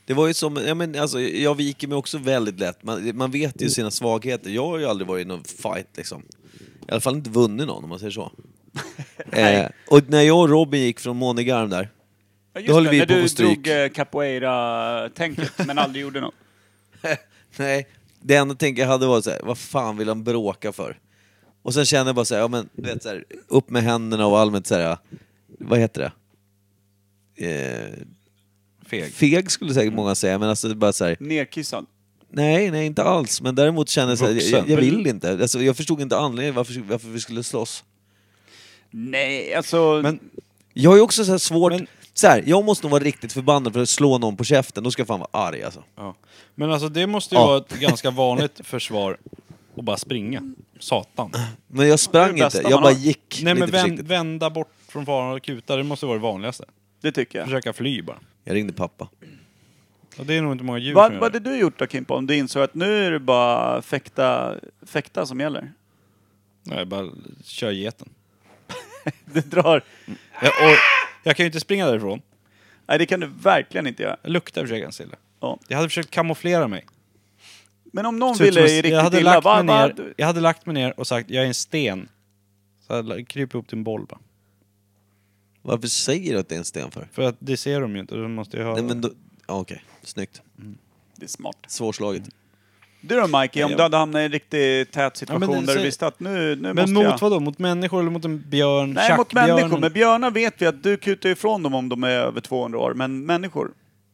Det var ju som, ja, men, alltså, jag viker mig också väldigt lätt. Man, man vet ju sina svagheter. Jag har ju aldrig varit i någon fight liksom. I alla fall inte vunnit någon om man säger så. eh, och när jag och Robin gick från Månegarm där, Ja, just då höll det, vi när på att du få stryk. drog eh, capoeira-tänket men aldrig gjorde något. Nej, det enda tänk jag hade var så här, vad fan vill han bråka för? Och sen kände jag bara så här, ja men du vet så här, upp med händerna och allmänt så här, vad heter det? Eh, Feg. feg skulle säkert många säga, men alltså det är bara så här, Nerkissad. nej, nej inte alls, men däremot kände jag så här, Vuxen. jag, jag vill inte. Alltså, jag förstod inte anledningen varför, varför vi skulle slåss. Nej, alltså... Men Jag är också så här svårt, Men- så här, jag måste nog vara riktigt förbannad för att slå någon på käften, då ska jag fan vara arg alltså. Ja. Men alltså det måste ju Ja. vara ett ganska vanligt försvar att bara springa. Satan. Men jag sprang Det är det bästa inte, jag man bara har. gick Nej lite men vänd, försiktigt. vända bort från faran och kuta, det måste vara det vanligaste. Det tycker jag. Försöka fly bara. Jag ringde pappa. Och det är nog inte många djur Vad som vad gör hade du gjort då Kimpa, om du insåg att nu är det bara fäkta, fäkta som gäller? det. Nej, bara kör geten. Du drar... Jag, och, jag kan ju inte springa därifrån. Nej, det kan du verkligen inte göra. Jag luktar försöker jag stilla. Ja. Jag hade försökt kamouflera mig. Men om någon Så ut som ville en- riktigt jag, hade illa, lagt mig vad... vad- ner, jag hade lagt mig ner och sagt jag är en sten. Så jag hade krypit upp till en boll bara. Varför säger du att det är en sten för? För att det ser de ju inte, då måste jag höra. Nej men då, ja, okej, snyggt. Det är smart. Svårslaget. Du då Mikey, om Ja. du hade hamnat i en riktigt tät situation Ja, men det- där du så- visste att nu, nu Men måste mot jag... vad då? Mot människor eller mot en björn? Nej, mot Tjackbjörnen? människor. Med björnar vet vi att du kutar ifrån dem om de är över tvåhundra år. Men människor?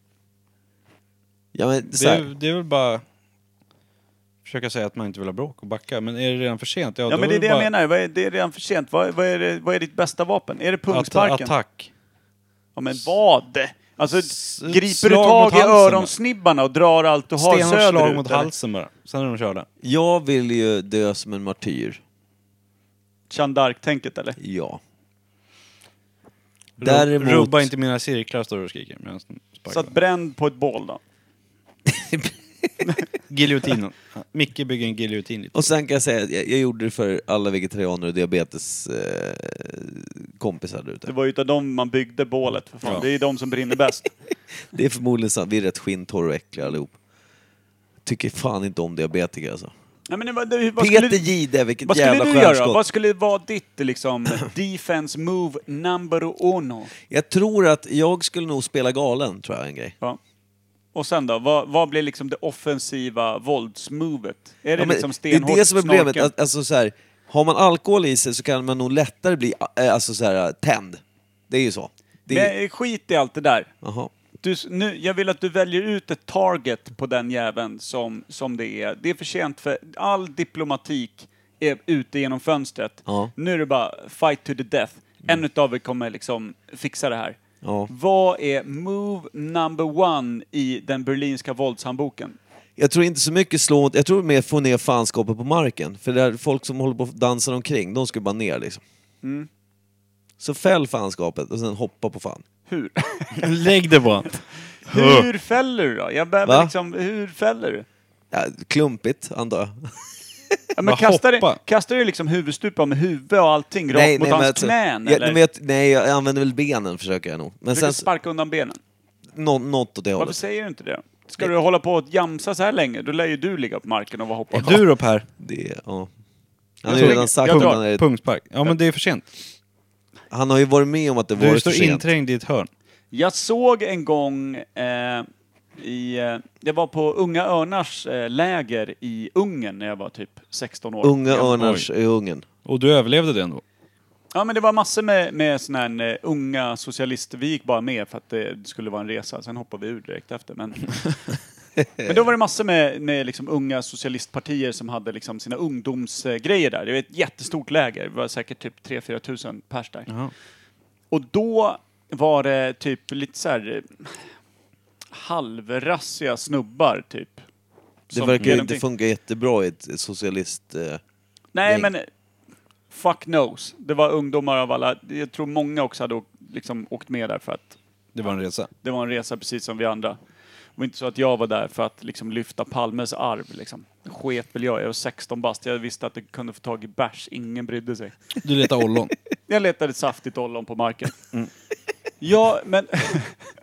Ja men så Det här, är, det är väl bara försöka säga att man inte vill ha bråk och backa. Men är det redan för sent? Ja, då men det är det jag bara menar. Vad är, det är redan för sent. Vad, vad, är det, vad är ditt bästa vapen? Är det att- punksparken? Attack. Ja, men vad? Alltså, S- griper du slag tag mot i halsen, öronsnibbarna och drar allt du har Stenhårt slag söderut? mot eller? halsen bara. Sen är de körda. jag vill ju dö som en martyr. Jeanne d'Arc-tänket eller? Ja. Ru- Däremot... Rubba inte mina cirklar, står du och skriker. Medan de sparkar. Så att bränd på ett bål då? Giljotinen. Ja, Micke bygger en giljotin lite. Och sen kan jag säga att jag, jag gjorde det för alla vegetarianer och diabetes eh, kompisar där Det ute. var ju utav dem man byggde bålet för fan. Ja. Det är ju de som brinner bäst. Det är förmodligen sant, vi är rätt skinntorra och äckliga allihop. Tycker fan inte om diabetiker alltså. Nej, men vad, det- vad skulle, Peter Jihde, vilket vad skulle jävla du göra? stjärnskott. Vad skulle vara ditt liksom defense move number uno? Jag tror att jag skulle nog spela galen, tror jag är en grej. Ja. Och sen då? Vad, vad blir liksom det offensiva våldsmovet? Är det Ja, men liksom det stenhårt är det som är problemet, snorken? att, alltså så här, har man alkohol i sig så kan man nog lättare bli äh, alltså så här, tänd. Det är ju så. Det är, Men skit i allt det där. Jaha. Du, nu, jag vill att du väljer ut ett target på den jäveln som, som det är. Det är för sent för all diplomatik är ute genom fönstret. Ja. Nu är det bara fight to the death. En utav er kommer liksom fixa det här. Ja. Vad är move number one i den berlinska våldshandboken? Jag tror inte så mycket slå mot, jag tror mer få ner fanskapet på marken. För det är folk som håller på och dansar omkring, de ska bara ner liksom. Mm. Så fäll fanskapet och sen hoppa på fan. Hur? Lägg det på han. Hur fäller du då? Jag behöver Va? liksom, hur fäller du? Ja, klumpigt, antar jag. Ja, men Bara kastar, hoppa. du, kastar du liksom huvudstupa med huvud och allting rakt Nej, mot nej, hans men alltså- knän? Ja, eller? nej, men jag, nej, jag använder väl benen försöker jag nog. Men Försöker sen, sparka undan benen? nå, något åt det Varför hållet. säger du inte det? Ska du hålla på att jamsa så här länge, då lär ju du ligga på marken och vara hoppad. Du då Per? Det, ja. Han har Jag ju drar- redan sagt jag att drar. han, är, Punktspark. Ja men det är för sent. han har ju varit med om att det Du varit står för sent. inträngd i ett hörn. Jag såg en gång eh, i... Eh, jag var på Unga Örnars eh, läger i Ungern när jag var typ sexton år. Unga jag, Örnars i Ungern. Och du överlevde det ändå. Ja, men det var massor med, med såna här, eh, unga socialister. Vi gick bara med för att det skulle vara en resa. Sen hoppade vi ur direkt efter. Men, men då var det massor med, med liksom unga socialistpartier som hade liksom sina ungdomsgrejer där. Det var ett jättestort läger. Det var säkert typ tre till fyra tusen pers där. Jaha. Och då var det typ lite så här eh, halvrassiga snubbar typ. Det Som verkar ju är inte någonting- funka jättebra i ett ett socialist... Eh, Nej, gäng. men eh, fuck knows. Det var ungdomar av alla. Jag tror många också hade åkt, liksom, åkt med där för att Det var en resa. det var en resa precis som vi andra. Det var inte så att jag var där för att liksom, lyfta Palmes arv. Liksom. Sket väl jag. Jag var sexton bast. Jag visste att det kunde få tag i bärs. Ingen brydde sig. Du letar ollon. Jag letade ett saftigt ollon på marken. Ja, men...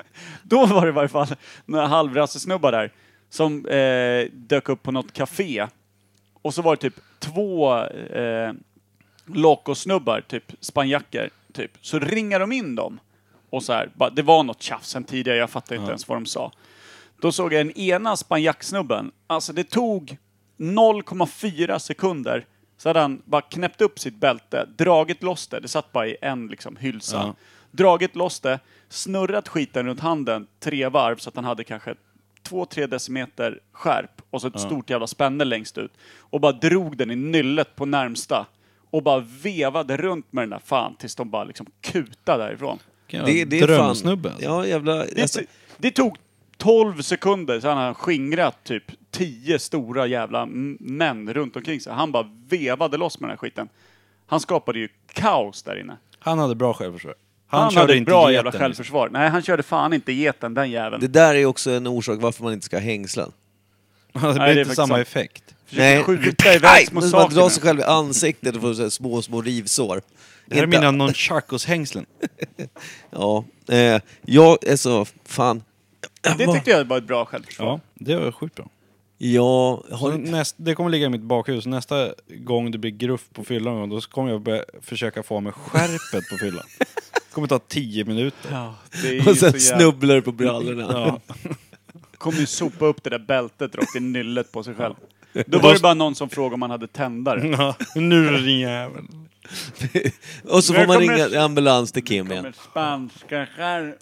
Då var det i varje fall några halvrassesnubbar där som eh, dök upp på något café. Och så var det typ två eh, lokosnubbar, typ spanjacker, typ. Så ringar de in dem. Och så här, bara, det var något tjafs sen tidigare, jag fattar inte ja. ens vad de sa. Då såg jag den ena spanjacksnubben. Alltså det tog noll komma fyra sekunder. Så hade han bara knäppt upp sitt bälte, dragit loss det. Det satt bara i en liksom hylsa. Ja. Dragit loss det, snurrat skiten runt handen tre varv så att han hade kanske två tre decimeter skärp. Och så ett ja. stort jävla spänne längst ut. Och bara drog den i nyllet på närmsta. Och bara vevade runt med den där fan tills de bara liksom kutade därifrån. Det, det är drömsnubbe. Fan. Ja, jävla... Det, det tog tolv sekunder så han har skingrat typ tio stora jävla män runt omkring sig. Han bara vevade loss med den här skiten. Han skapade ju kaos där inne. Han hade bra självförsvar. Han, han körde hade inte bra geten, jävla självförsvar. Nej, han körde fan inte geten, den jäveln. Det där är också en orsak varför man inte ska hängsla. Det blir Nej, det inte samma sant. effekt. Nej, skjuta iväg små saker. Man drar sig själv i ansiktet och får så små, små rivsår. Det här är mina nunchakos-hängslen. Ja, eh, jag är så fan. Det tyckte jag var ett bra självförsvar. Ja, det var sjukt bra. Ja, har inte... näst, det kommer ligga i mitt bakhus. Nästa gång det blir gruff på fyllan, då kommer jag börja försöka få med skärpet på fyllan. Det kommer ta tio minuter. Ja, det är och sen så snubblar jävla... på brallorna. Ja. Kommer ju sopa upp det där bältet rakt i nyllet på sig själv. Då var det bara någon som frågade om man hade tändare. Ja, nu ringer jäveln. Och så får man ringa det... ambulans till Kim igen. Spanska skär...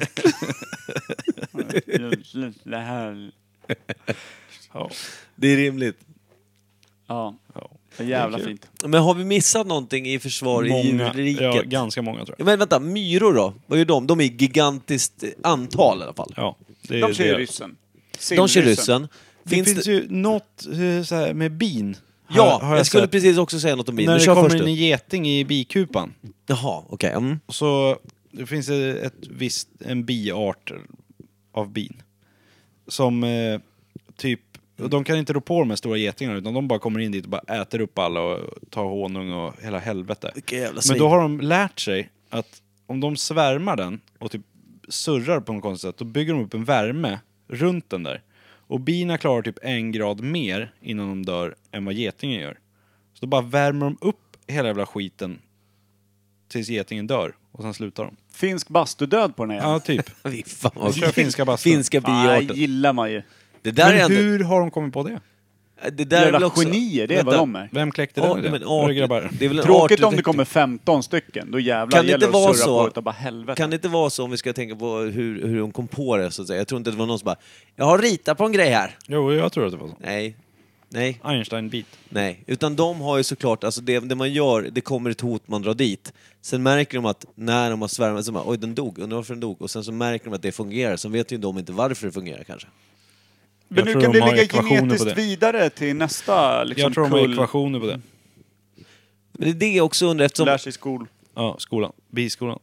det här... Ja. Det är rimligt. Ja, det är jävla det är fint. Men har vi missat någonting i försvar många, i riket? Ja, ganska många tror jag. Men vänta, myror då? Vad gör de? De är gigantiskt antal i alla fall. Ja, det är de kör ju ryssen. De kör ryssen. Det finns, finns det... ju något så här, med bin. Ja, har, har jag, jag skulle sett. precis också säga något om bin. När Men det kör kommer först en geting i bikupan. Jaha, okej. Okay. Mm. Så det finns ett visst, en biart av bin. Som eh, typ, de kan inte rå på de här stora getingarna utan de bara kommer in dit och bara äter upp alla och tar honung och hela helvete. Men då har de lärt sig att om de svärmar den och typ surrar på något konstigt sätt, då bygger de upp en värme runt den där. Och bina klarar typ en grad mer innan de dör än vad getingen gör. Så då bara värmer de upp hela jävla skiten tills getingen dör. Och sen slutar de. Finsk bastudöd på den här. Ja, typ. Fy fan, Jag kör finska bastu. Finska biarten. Ah, gillar man ju. Det där men är ändå... hur har de kommit på det? Det där är väl också... genier, det är vad de är. Vem kläckte ja, den? Men, art... det är väl en tråkigt om det kommer femton stycken. Då jävlar kan det inte gäller vara att surra så... på utav bara helvete. Kan det inte vara så om vi ska tänka på hur, hur de kom på det så att säga. Jag tror inte det var någon som bara jag har ritat på en grej här. Jo, jag tror att det var så. Nej. Nej. Einstein-bit. Nej, utan de har ju såklart, alltså det, det man gör, det kommer ett hot, man drar dit. Sen märker de att när de har svärmat så bara, oj den dog, undrar varför den dog. Och sen så märker de att det fungerar, sen vet ju de inte varför det fungerar kanske. Men nu kan det ligga genetiskt vidare till nästa liksom, jag tror de har ekvationer på det. Men det är det också under eftersom... Lär sig i skol. Ja, skolan. Biskolan.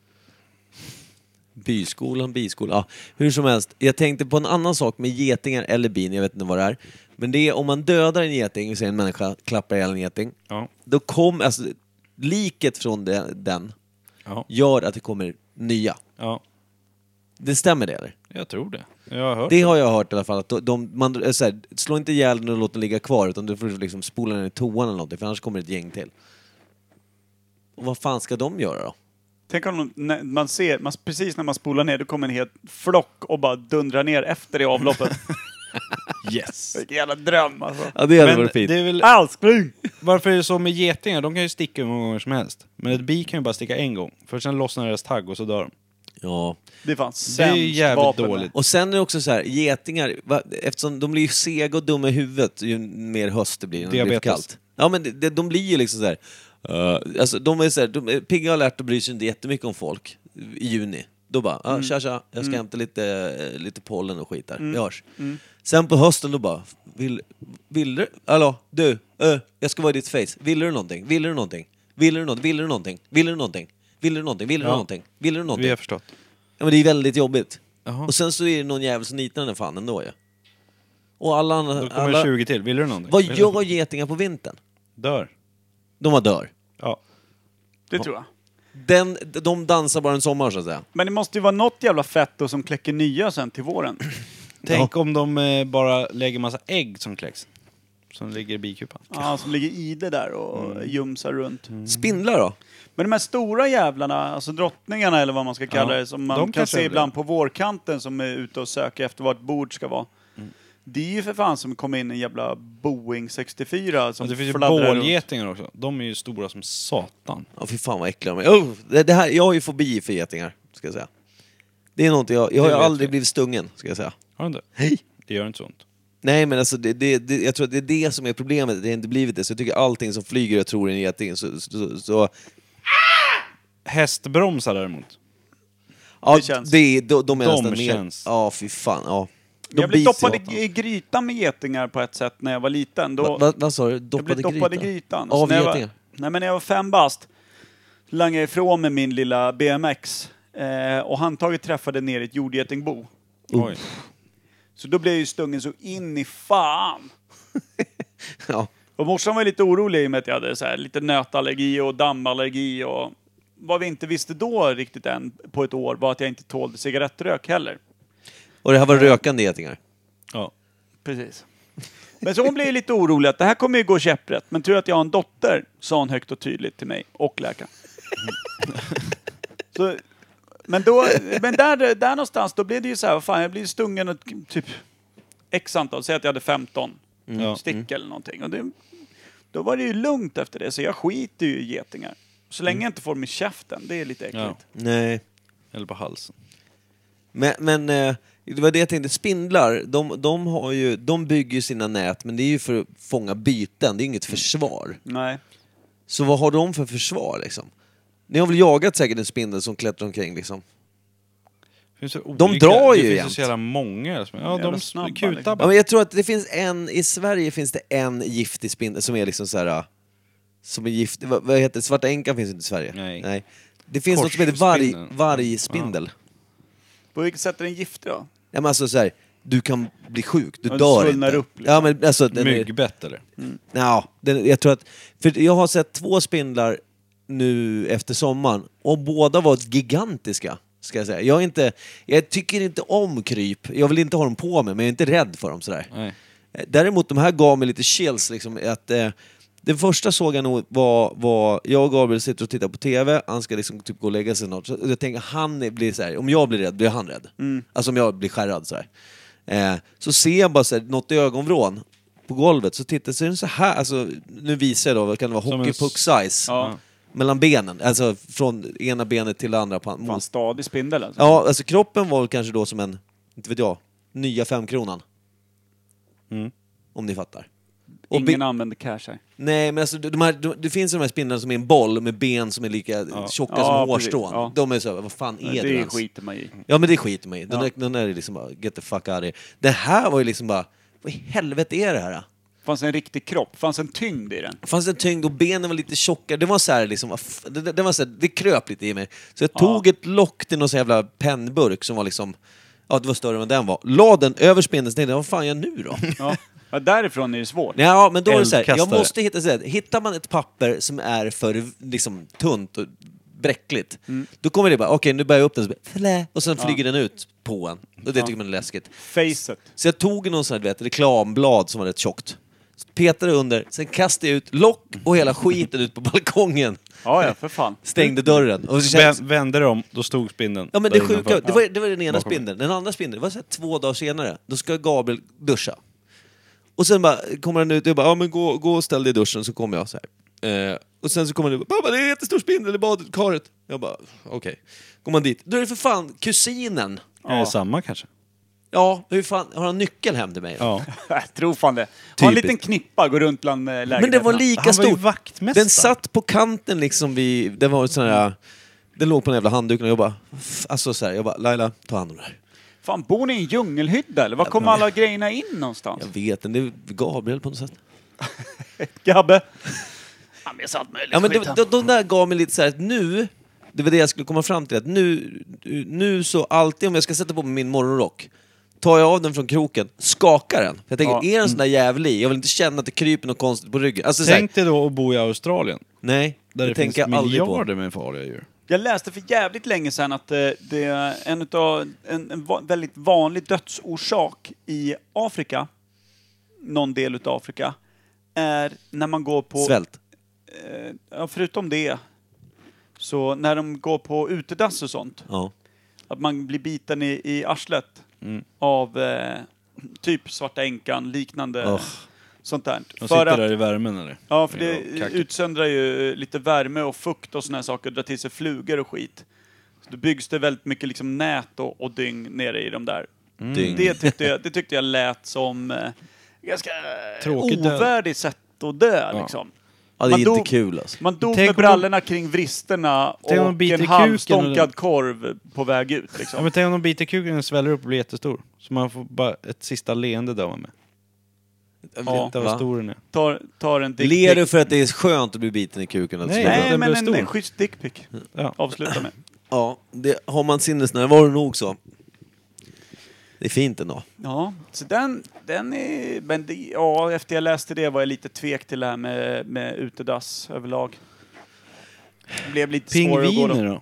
Byskolan, biskolan. Ja, hur som helst. Jag tänkte på en annan sak med getingar eller bin, jag vet inte vad det är. Men det är om man dödar en geting, så en människa klappar ihjäl en geting. Ja. Då kom, alltså, liket från det, den ja. gör att det kommer nya. Ja. Det stämmer det, eller? Jag tror det. Jag har hört det. Det har jag hört i alla fall. Att de, man, så här, slå inte ihjäl den och låt den ligga kvar, utan du får liksom spola den i toan eller någonting, för annars kommer det ett gäng till. Och vad fan ska de göra då? Tänk om man ser, man, precis när man spolar ner, då kommer en hel flock och bara dundrar ner efter det avloppet. Yes. Vilken jävla dröm alltså. Ja, det hade men varit fint. Det är väl... Älskling! Varför är det så med getingar? De kan ju sticka hur många gånger som helst. Men ett bi kan ju bara sticka en gång. För sen lossnar deras tagg och så dör de. Ja. Det är fan det är jävligt vapen dåligt. Och sen är det också så här, getingar, va, eftersom de blir ju sega och dumma i huvudet ju mer höst det blir. När det blir kallt. Ja, men det, de blir ju liksom så här. Uh, alltså de är så här, de är pigga och alert och bryr sig inte jättemycket om folk i juni. Då bara, ah, mm. tja tja, jag ska mm. hämta lite, lite pollen och skit där. Mm. Vi hörs. Mm. Sen på hösten då bara, vill, vill du, hallå, du, uh, jag ska vara i ditt face. Vill du någonting? Vill du någonting? Vill du någonting? Vill du någonting? Vill du någonting? Vill du någonting? Vill du ja. någonting? Vill du någonting? Vi har förstått. Ja, men det är väldigt jobbigt. Aha. Och sen så är det någon jävel som nitar den där fan ändå, ja. Och alla andra... Då kommer alla... tjugo till. Vill du någonting? Vad gör getingar på vintern? Dör. De har dör. Ja. Det tror jag. Den, de dansar bara en sommar så att säga. Men det måste ju vara något jävla fett då som kläcker nya sen till våren. Tänk om de eh, bara lägger massa ägg som kläcks. Som ligger i bikupan. Ja, som ligger i det där och mm. jumsar runt. Mm. Spindlar då? Men de här stora jävlarna, alltså drottningarna eller vad man ska kalla Ja, det, som man de kan se blir. ibland på vårkanten som är ute och söker efter vart bord ska vara. Mm. Det är ju för fan som kommer in en jävla Boeing sextiofyra som Och det finns ju fladdrar runt. bålgetingar också. De är ju stora som satan. Ja, fy fan vad äckliga de är. Oh, det, det här, jag har ju fobi för getingar, ska jag säga. Det är något jag... Jag har Det ju vet aldrig vi. blivit stungen, ska jag säga. Har du inte? Hej! Det gör inte så ont. Nej, men alltså, det, det, det, jag tror att det är det som är problemet. Det har inte blivit det. Så jag tycker allting som flyger jag tror är en geting. Så, så, så, Hästbromsar däremot. ja, Det känns- det, de, de är De nästan mer... känns- Ja, fy fan. Ja. De Jag blev bits i doppad hakan. i, i grytan med getingar på ett sätt när jag var liten. Då, Va, va, vad sa du? jag Doppade blev doppad grytan? i grytan. Av Så när jag var, getingar? nej, men när jag var fem bast langade jag ifrån med min lilla B M X. Eh, och handtaget träffade ner i ett jordgetingbo. Oj. Så då blev jag ju stungen så in i fan. Ja. Och morsan var lite orolig i och med att jag hade så här, lite nötallergi och dammallergi. Och vad vi inte visste då riktigt än på ett år var att jag inte tålde cigarettrök heller. Och det här var rökande getingar? Ja. Precis. Men så hon blev lite orolig att det här kommer ju gå käpprätt. Men tur att jag har en dotter, sa hon högt och tydligt till mig och läkaren. Så, men då, men där, där någonstans, då blev det ju så här, vad fan, jag blir stungen och typ x antal, säg att jag hade femton Ja. stick eller någonting. Och det, då var det ju lugnt efter det, så jag skiter ju i getingar. Så länge jag inte får dem i käften, det är lite äckligt. Ja. Nej. Eller på halsen. Men, men eh, det var det jag tänkte, spindlar, de, de, har ju, de bygger ju sina nät, men det är ju för att fånga byten, det är inget försvar. Nej. Så vad har de för försvar liksom? Ni har väl jagat säkert en spindel som klättrar omkring liksom? Finns det De olika, drar ju Det finns jämt. ju så jävla många. Som, ja, Jävla de snabba, kutar liksom. Ja, bara. men jag tror att det finns en, i Sverige finns det en giftig spindel som är liksom så här, som är giftig, vad, vad heter det? Svarta änkan finns inte i Sverige. Nej. Det finns något som heter varg, Korsspindeln. vargspindel. På vilket sätt är den giftig då? Ja, men alltså så här, du kan bli sjuk, du Ja, det dör svullnar inte. upp, liksom. Ja, men alltså, den är, Myggbett eller? ja, den, jag tror att, för jag har sett två spindlar nu efter sommaren och båda var gigantiska, ska jag säga. Jag, är inte, jag tycker inte om kryp, jag vill inte ha dem på mig, men jag är inte rädd för dem sådär. Nej. Däremot de här gav mig lite chills liksom, att eh, den första såg jag nog var, var jag och Gabriel sitter och tittar på tv, han ska liksom typ gå och lägga sig något, så jag tänker han är- blir så här, om jag blir rädd blir han rädd. Alltså om jag blir skärrad så här. Eh, så ser jag bara så här, något i ögonvrån på golvet, så tittar så är den så här, alltså nu visar jag då, vad kan det vara, Som en hockeypuck size Ja. mellan benen, alltså från ena benet till det andra på, Fan, mot, stadig spindel alltså. ja, alltså kroppen var väl kanske då som en, inte vet jag, nya femkronan. Mm. Om ni fattar. Och Ingen be- använder cash här. Nej, men alltså, de här, de, det finns ju de här spindlarna som är en boll med ben som är lika tjocka Ja, som precis. hårstrån. Ja. De är så, vad fan är Det, det, det ens? skiter man i. Ja, men det skiter man i. Den, Ja. där, den där är liksom bara, get the fuck out of here. Det här var ju liksom bara, vad i helvete är det här då? Fanns en riktig kropp, fanns en tyngd i den. Det fanns en tyngd och benen var lite tjockare. Det var så här liksom, vad f- det, det, det var så här, det kröp lite i mig. Så jag tog ett lock till någon så jävla pennburk som var liksom, ja det var större än vad den var. La den över spindeln och tänkte, vad fan gör jag nu då? Ja. Ja, därifrån är det svårt. Nej, ja, men då är det så här, jag Eldkastare. måste hitta så här, hittar man ett papper som är för liksom tunt och bräckligt, då kommer det bara, okej nu börjar jag upp den så bara, flä, och sen flyger den ut på en. Och det tycker man är läskigt. Facet. Så jag tog någon sån här, du vet, reklamblad som var rätt tjockt. Petade under, sen kastade jag ut lock och hela skiten ut på balkongen. Ja, ja, för fan. Stängde dörren. Och så kändes, Vä- vände de, då stod spindeln. ja men det där sjuka, innanför. det var, det var den ena Bakom. spindeln. Den andra spindeln, det var så här två dagar senare. Då ska Gabriel duscha. Och sen bara kommer han ut och jag bara, ja men gå, gå och ställ dig i duschen så kommer jag så här. Eh, och sen så kommer han ut, pappa det är en jättestor spindel i badkaret. Jag bara, okej. Okay. Går man dit, då är det för fan kusinen. Är det samma kanske? Ja, hur fan, har han nyckel hem till mig? Ja. Jag tror fan det. Ha en Typiskt. liten knippa, gå runt bland eh, lägenheterna. Men det var lika Han var ju stor. vaktmästare. Den satt på kanten liksom vid, det var sån här, den låg på en jävla handduk och jag bara, f- alltså så här, jag bara, Laila, ta hand om det här. Fan, bor ni i en djungelhydda eller? Var kommer alla grejerna in någonstans? Jag vet inte, det är Gabriel på något sätt. Gabbe? Ja, men jag sa allt möjligt Ja men skit de, här. de, de där gav mig lite så här att nu, det var det jag skulle komma fram till, att nu, nu så alltid om jag ska sätta på mig min morgonrock, tar jag av den från kroken, skakar den. För jag tänker, Ja. är den sån där jävlig? Jag vill inte känna att det kryper något konstigt på ryggen. Alltså, så här, Tänk dig då att bo i Australien. nej, Där det det finns tänker jag aldrig på. miljarder med farliga djur. Jag läste för jävligt länge sedan att eh, det är en, utav, en, en va- väldigt vanlig dödsorsak i Afrika, någon del utav Afrika, är när man går på... Svält. Eh, ja, förutom det, så när de går på utedass och sånt, Ja. att man blir biten i, i arslet Mm. av eh, typ svarta änkan, liknande Oh. sånt där. De För sitter att, där i värmen eller? ja, för Ja, det kackigt. utsöndrar ju lite värme och fukt och såna här saker, drar till sig flugor och skit. Så då byggs det väldigt mycket liksom nät och, och dyng nere i de där. Dyng. Det, tyckte jag, det tyckte jag lät som eh, ganska Tråkig död. ovärdigt sätt att dö Ja. liksom. Ja, det är Man inte dog- kul alltså. Man dog Tänk med om de- brallorna kring vristerna Tänk om de och biter en i kuken halvstånkad eller- korv på väg ut. Ja, Liksom. men tänk om de biter kuken och sväller upp och blir jättestor. Så man får bara ett sista leende dö med. Ja. Det var Va? stor den är. Tar, tar en dickpic. Ler du för att det är skönt att bli biten i kuken? Alltså. Nej. Nej, Den men blev en, stor. en schysst dickpic. Ja. Avsluta med. Ja, det, har man sinnesnärvaro nog så. Det är fint ändå. Ja, så den, den är... Men det, ja, efter jag läste det var jag lite tvek till det här med, med utedass överlag. Det blev lite svårare att gå Pingviner då. då?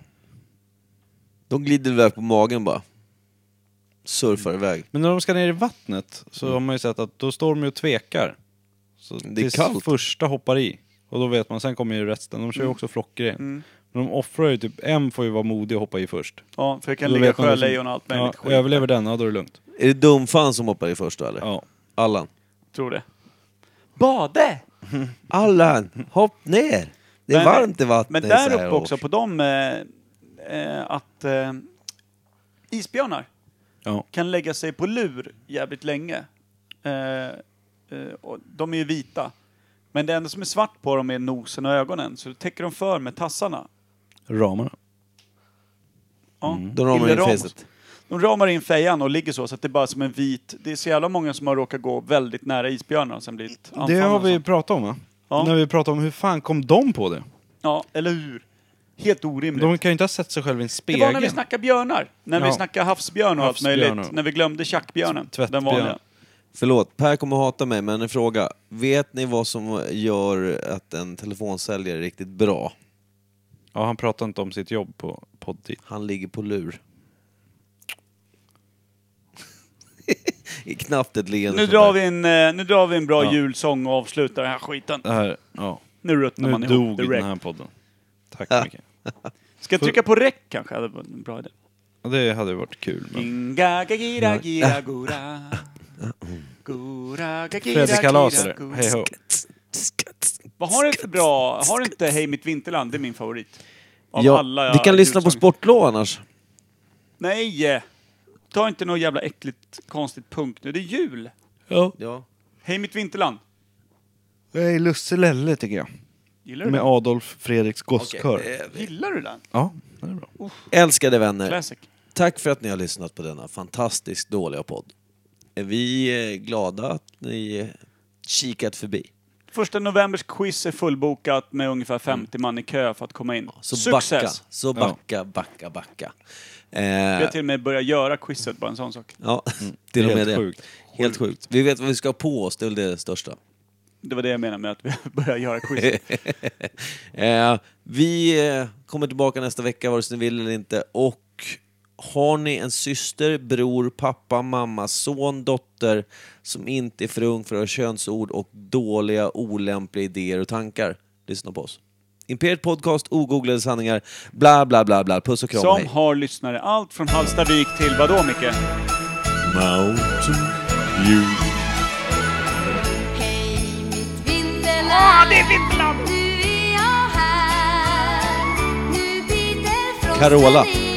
De glider iväg på magen bara. Surfar iväg. Men när de ska ner i vattnet så har man ju sett att då står de ju och tvekar. Så Det är tills kallt. första hoppar i. Och då vet man, sen kommer ju resten. De kör ju också flockgrejen. Mm. Men de offrar ju typ, en får ju vara modig och hoppa i först. Ja, för det kan Då ligga vet man liksom- sjölejon och allt möjligt Ja, skit. överlever den, ja då är det lugnt. Är det dumfan som hoppar i först då eller? Ja. Allan. Tror det. Bade! Allan, hopp ner! Det är Men- varmt i vattnet. Men där så här uppe också års. på dem eh, eh, att eh, isbjörnar Ja. kan lägga sig på lur jävligt länge. Eh, eh, och de är ju vita. Men det enda som är svart på dem är nosen och ögonen. Så täcker de för med tassarna. Ramarna. Ja, De ramar in Illeramos. facet. De ramar in fejan och ligger så, så att det är bara som en vit... Det är så jävla många som har råkat gå väldigt nära isbjörnar och sen blivit Det anfallna har och vi sånt. pratat om va? Ja. När vi pratade om hur fan kom de på det? Ja, eller hur? Helt orimligt. De kan ju inte ha sett sig själva i en Det spegel. var när vi snackade björnar. När vi Ja. snackade havsbjörn och allt Havsbjörn möjligt. och- När vi glömde tjackbjörnen. Tvättbjörn. Den vanliga. Förlåt, Per kommer hata mig, men en fråga. Vet ni vad som gör att en telefonsäljare är riktigt bra? Ja, han pratar inte om sitt jobb på poddtid. Han ligger på lur. Knappt ett leende. Nu från drar, Per. vi en, eh, nu drar vi en bra Ja. julsång och avslutar den här skiten. Det här, ja. Nu ruttnar Nu man dog ihop den direkt. här podden. Tack Ja. mycket. Ska jag trycka på räck kanske? Det var en bra idé. Ja, det hade varit kul. Men... Inga gira gira gora. Gora gira Fredrik Kalas gira eller? gora. Hej ho. Vad har du för bra... Har du inte Hej mitt vinterland? Det är min favorit. Av Ja, alla vi kan lyssna på julsånger. sportlov annars. Nej! Ta inte något jävla äckligt konstigt punk nu. Det är jul. Ja. Ja. Hej mitt vinterland. Det är Lusselelle tycker jag. Gillar du Med den? Adolf Fredriks gosskör. Gillar du den? Ja, det är bra. Älskade vänner, Classic. tack för att ni har lyssnat på denna fantastiskt dåliga podd. Vi är glada att ni kikat förbi. Första novembers quiz är fullbokat med ungefär femtio man i kö för att komma in. Så Success! backa, så backa, backa, backa. Vi har Eh, till och med börjat göra quizet, bara en sån sak. ja, till och med Helt det. sjukt. Helt sjukt. Vi vet vad vi ska ha på oss, det är väl det största. Det var det jag menade med att vi börjar göra quizet. eh, vi eh, kommer tillbaka nästa vecka, vare sig ni vill eller inte. Och har ni en syster, bror, pappa, mamma, son, dotter som inte är för ung för att ha könsord och dåliga, olämpliga idéer och tankar, lyssna på oss. Imperiet Podcast, ogooglade sanningar, bla bla bla bla. Puss och kram, Som hej. har lyssnare allt från Hallstavik till vadå, Micke? Mountain View. Hej mitt vinterland, ah, det är vinterland! Nu är jag här. Nu biter frosten Carola. igen.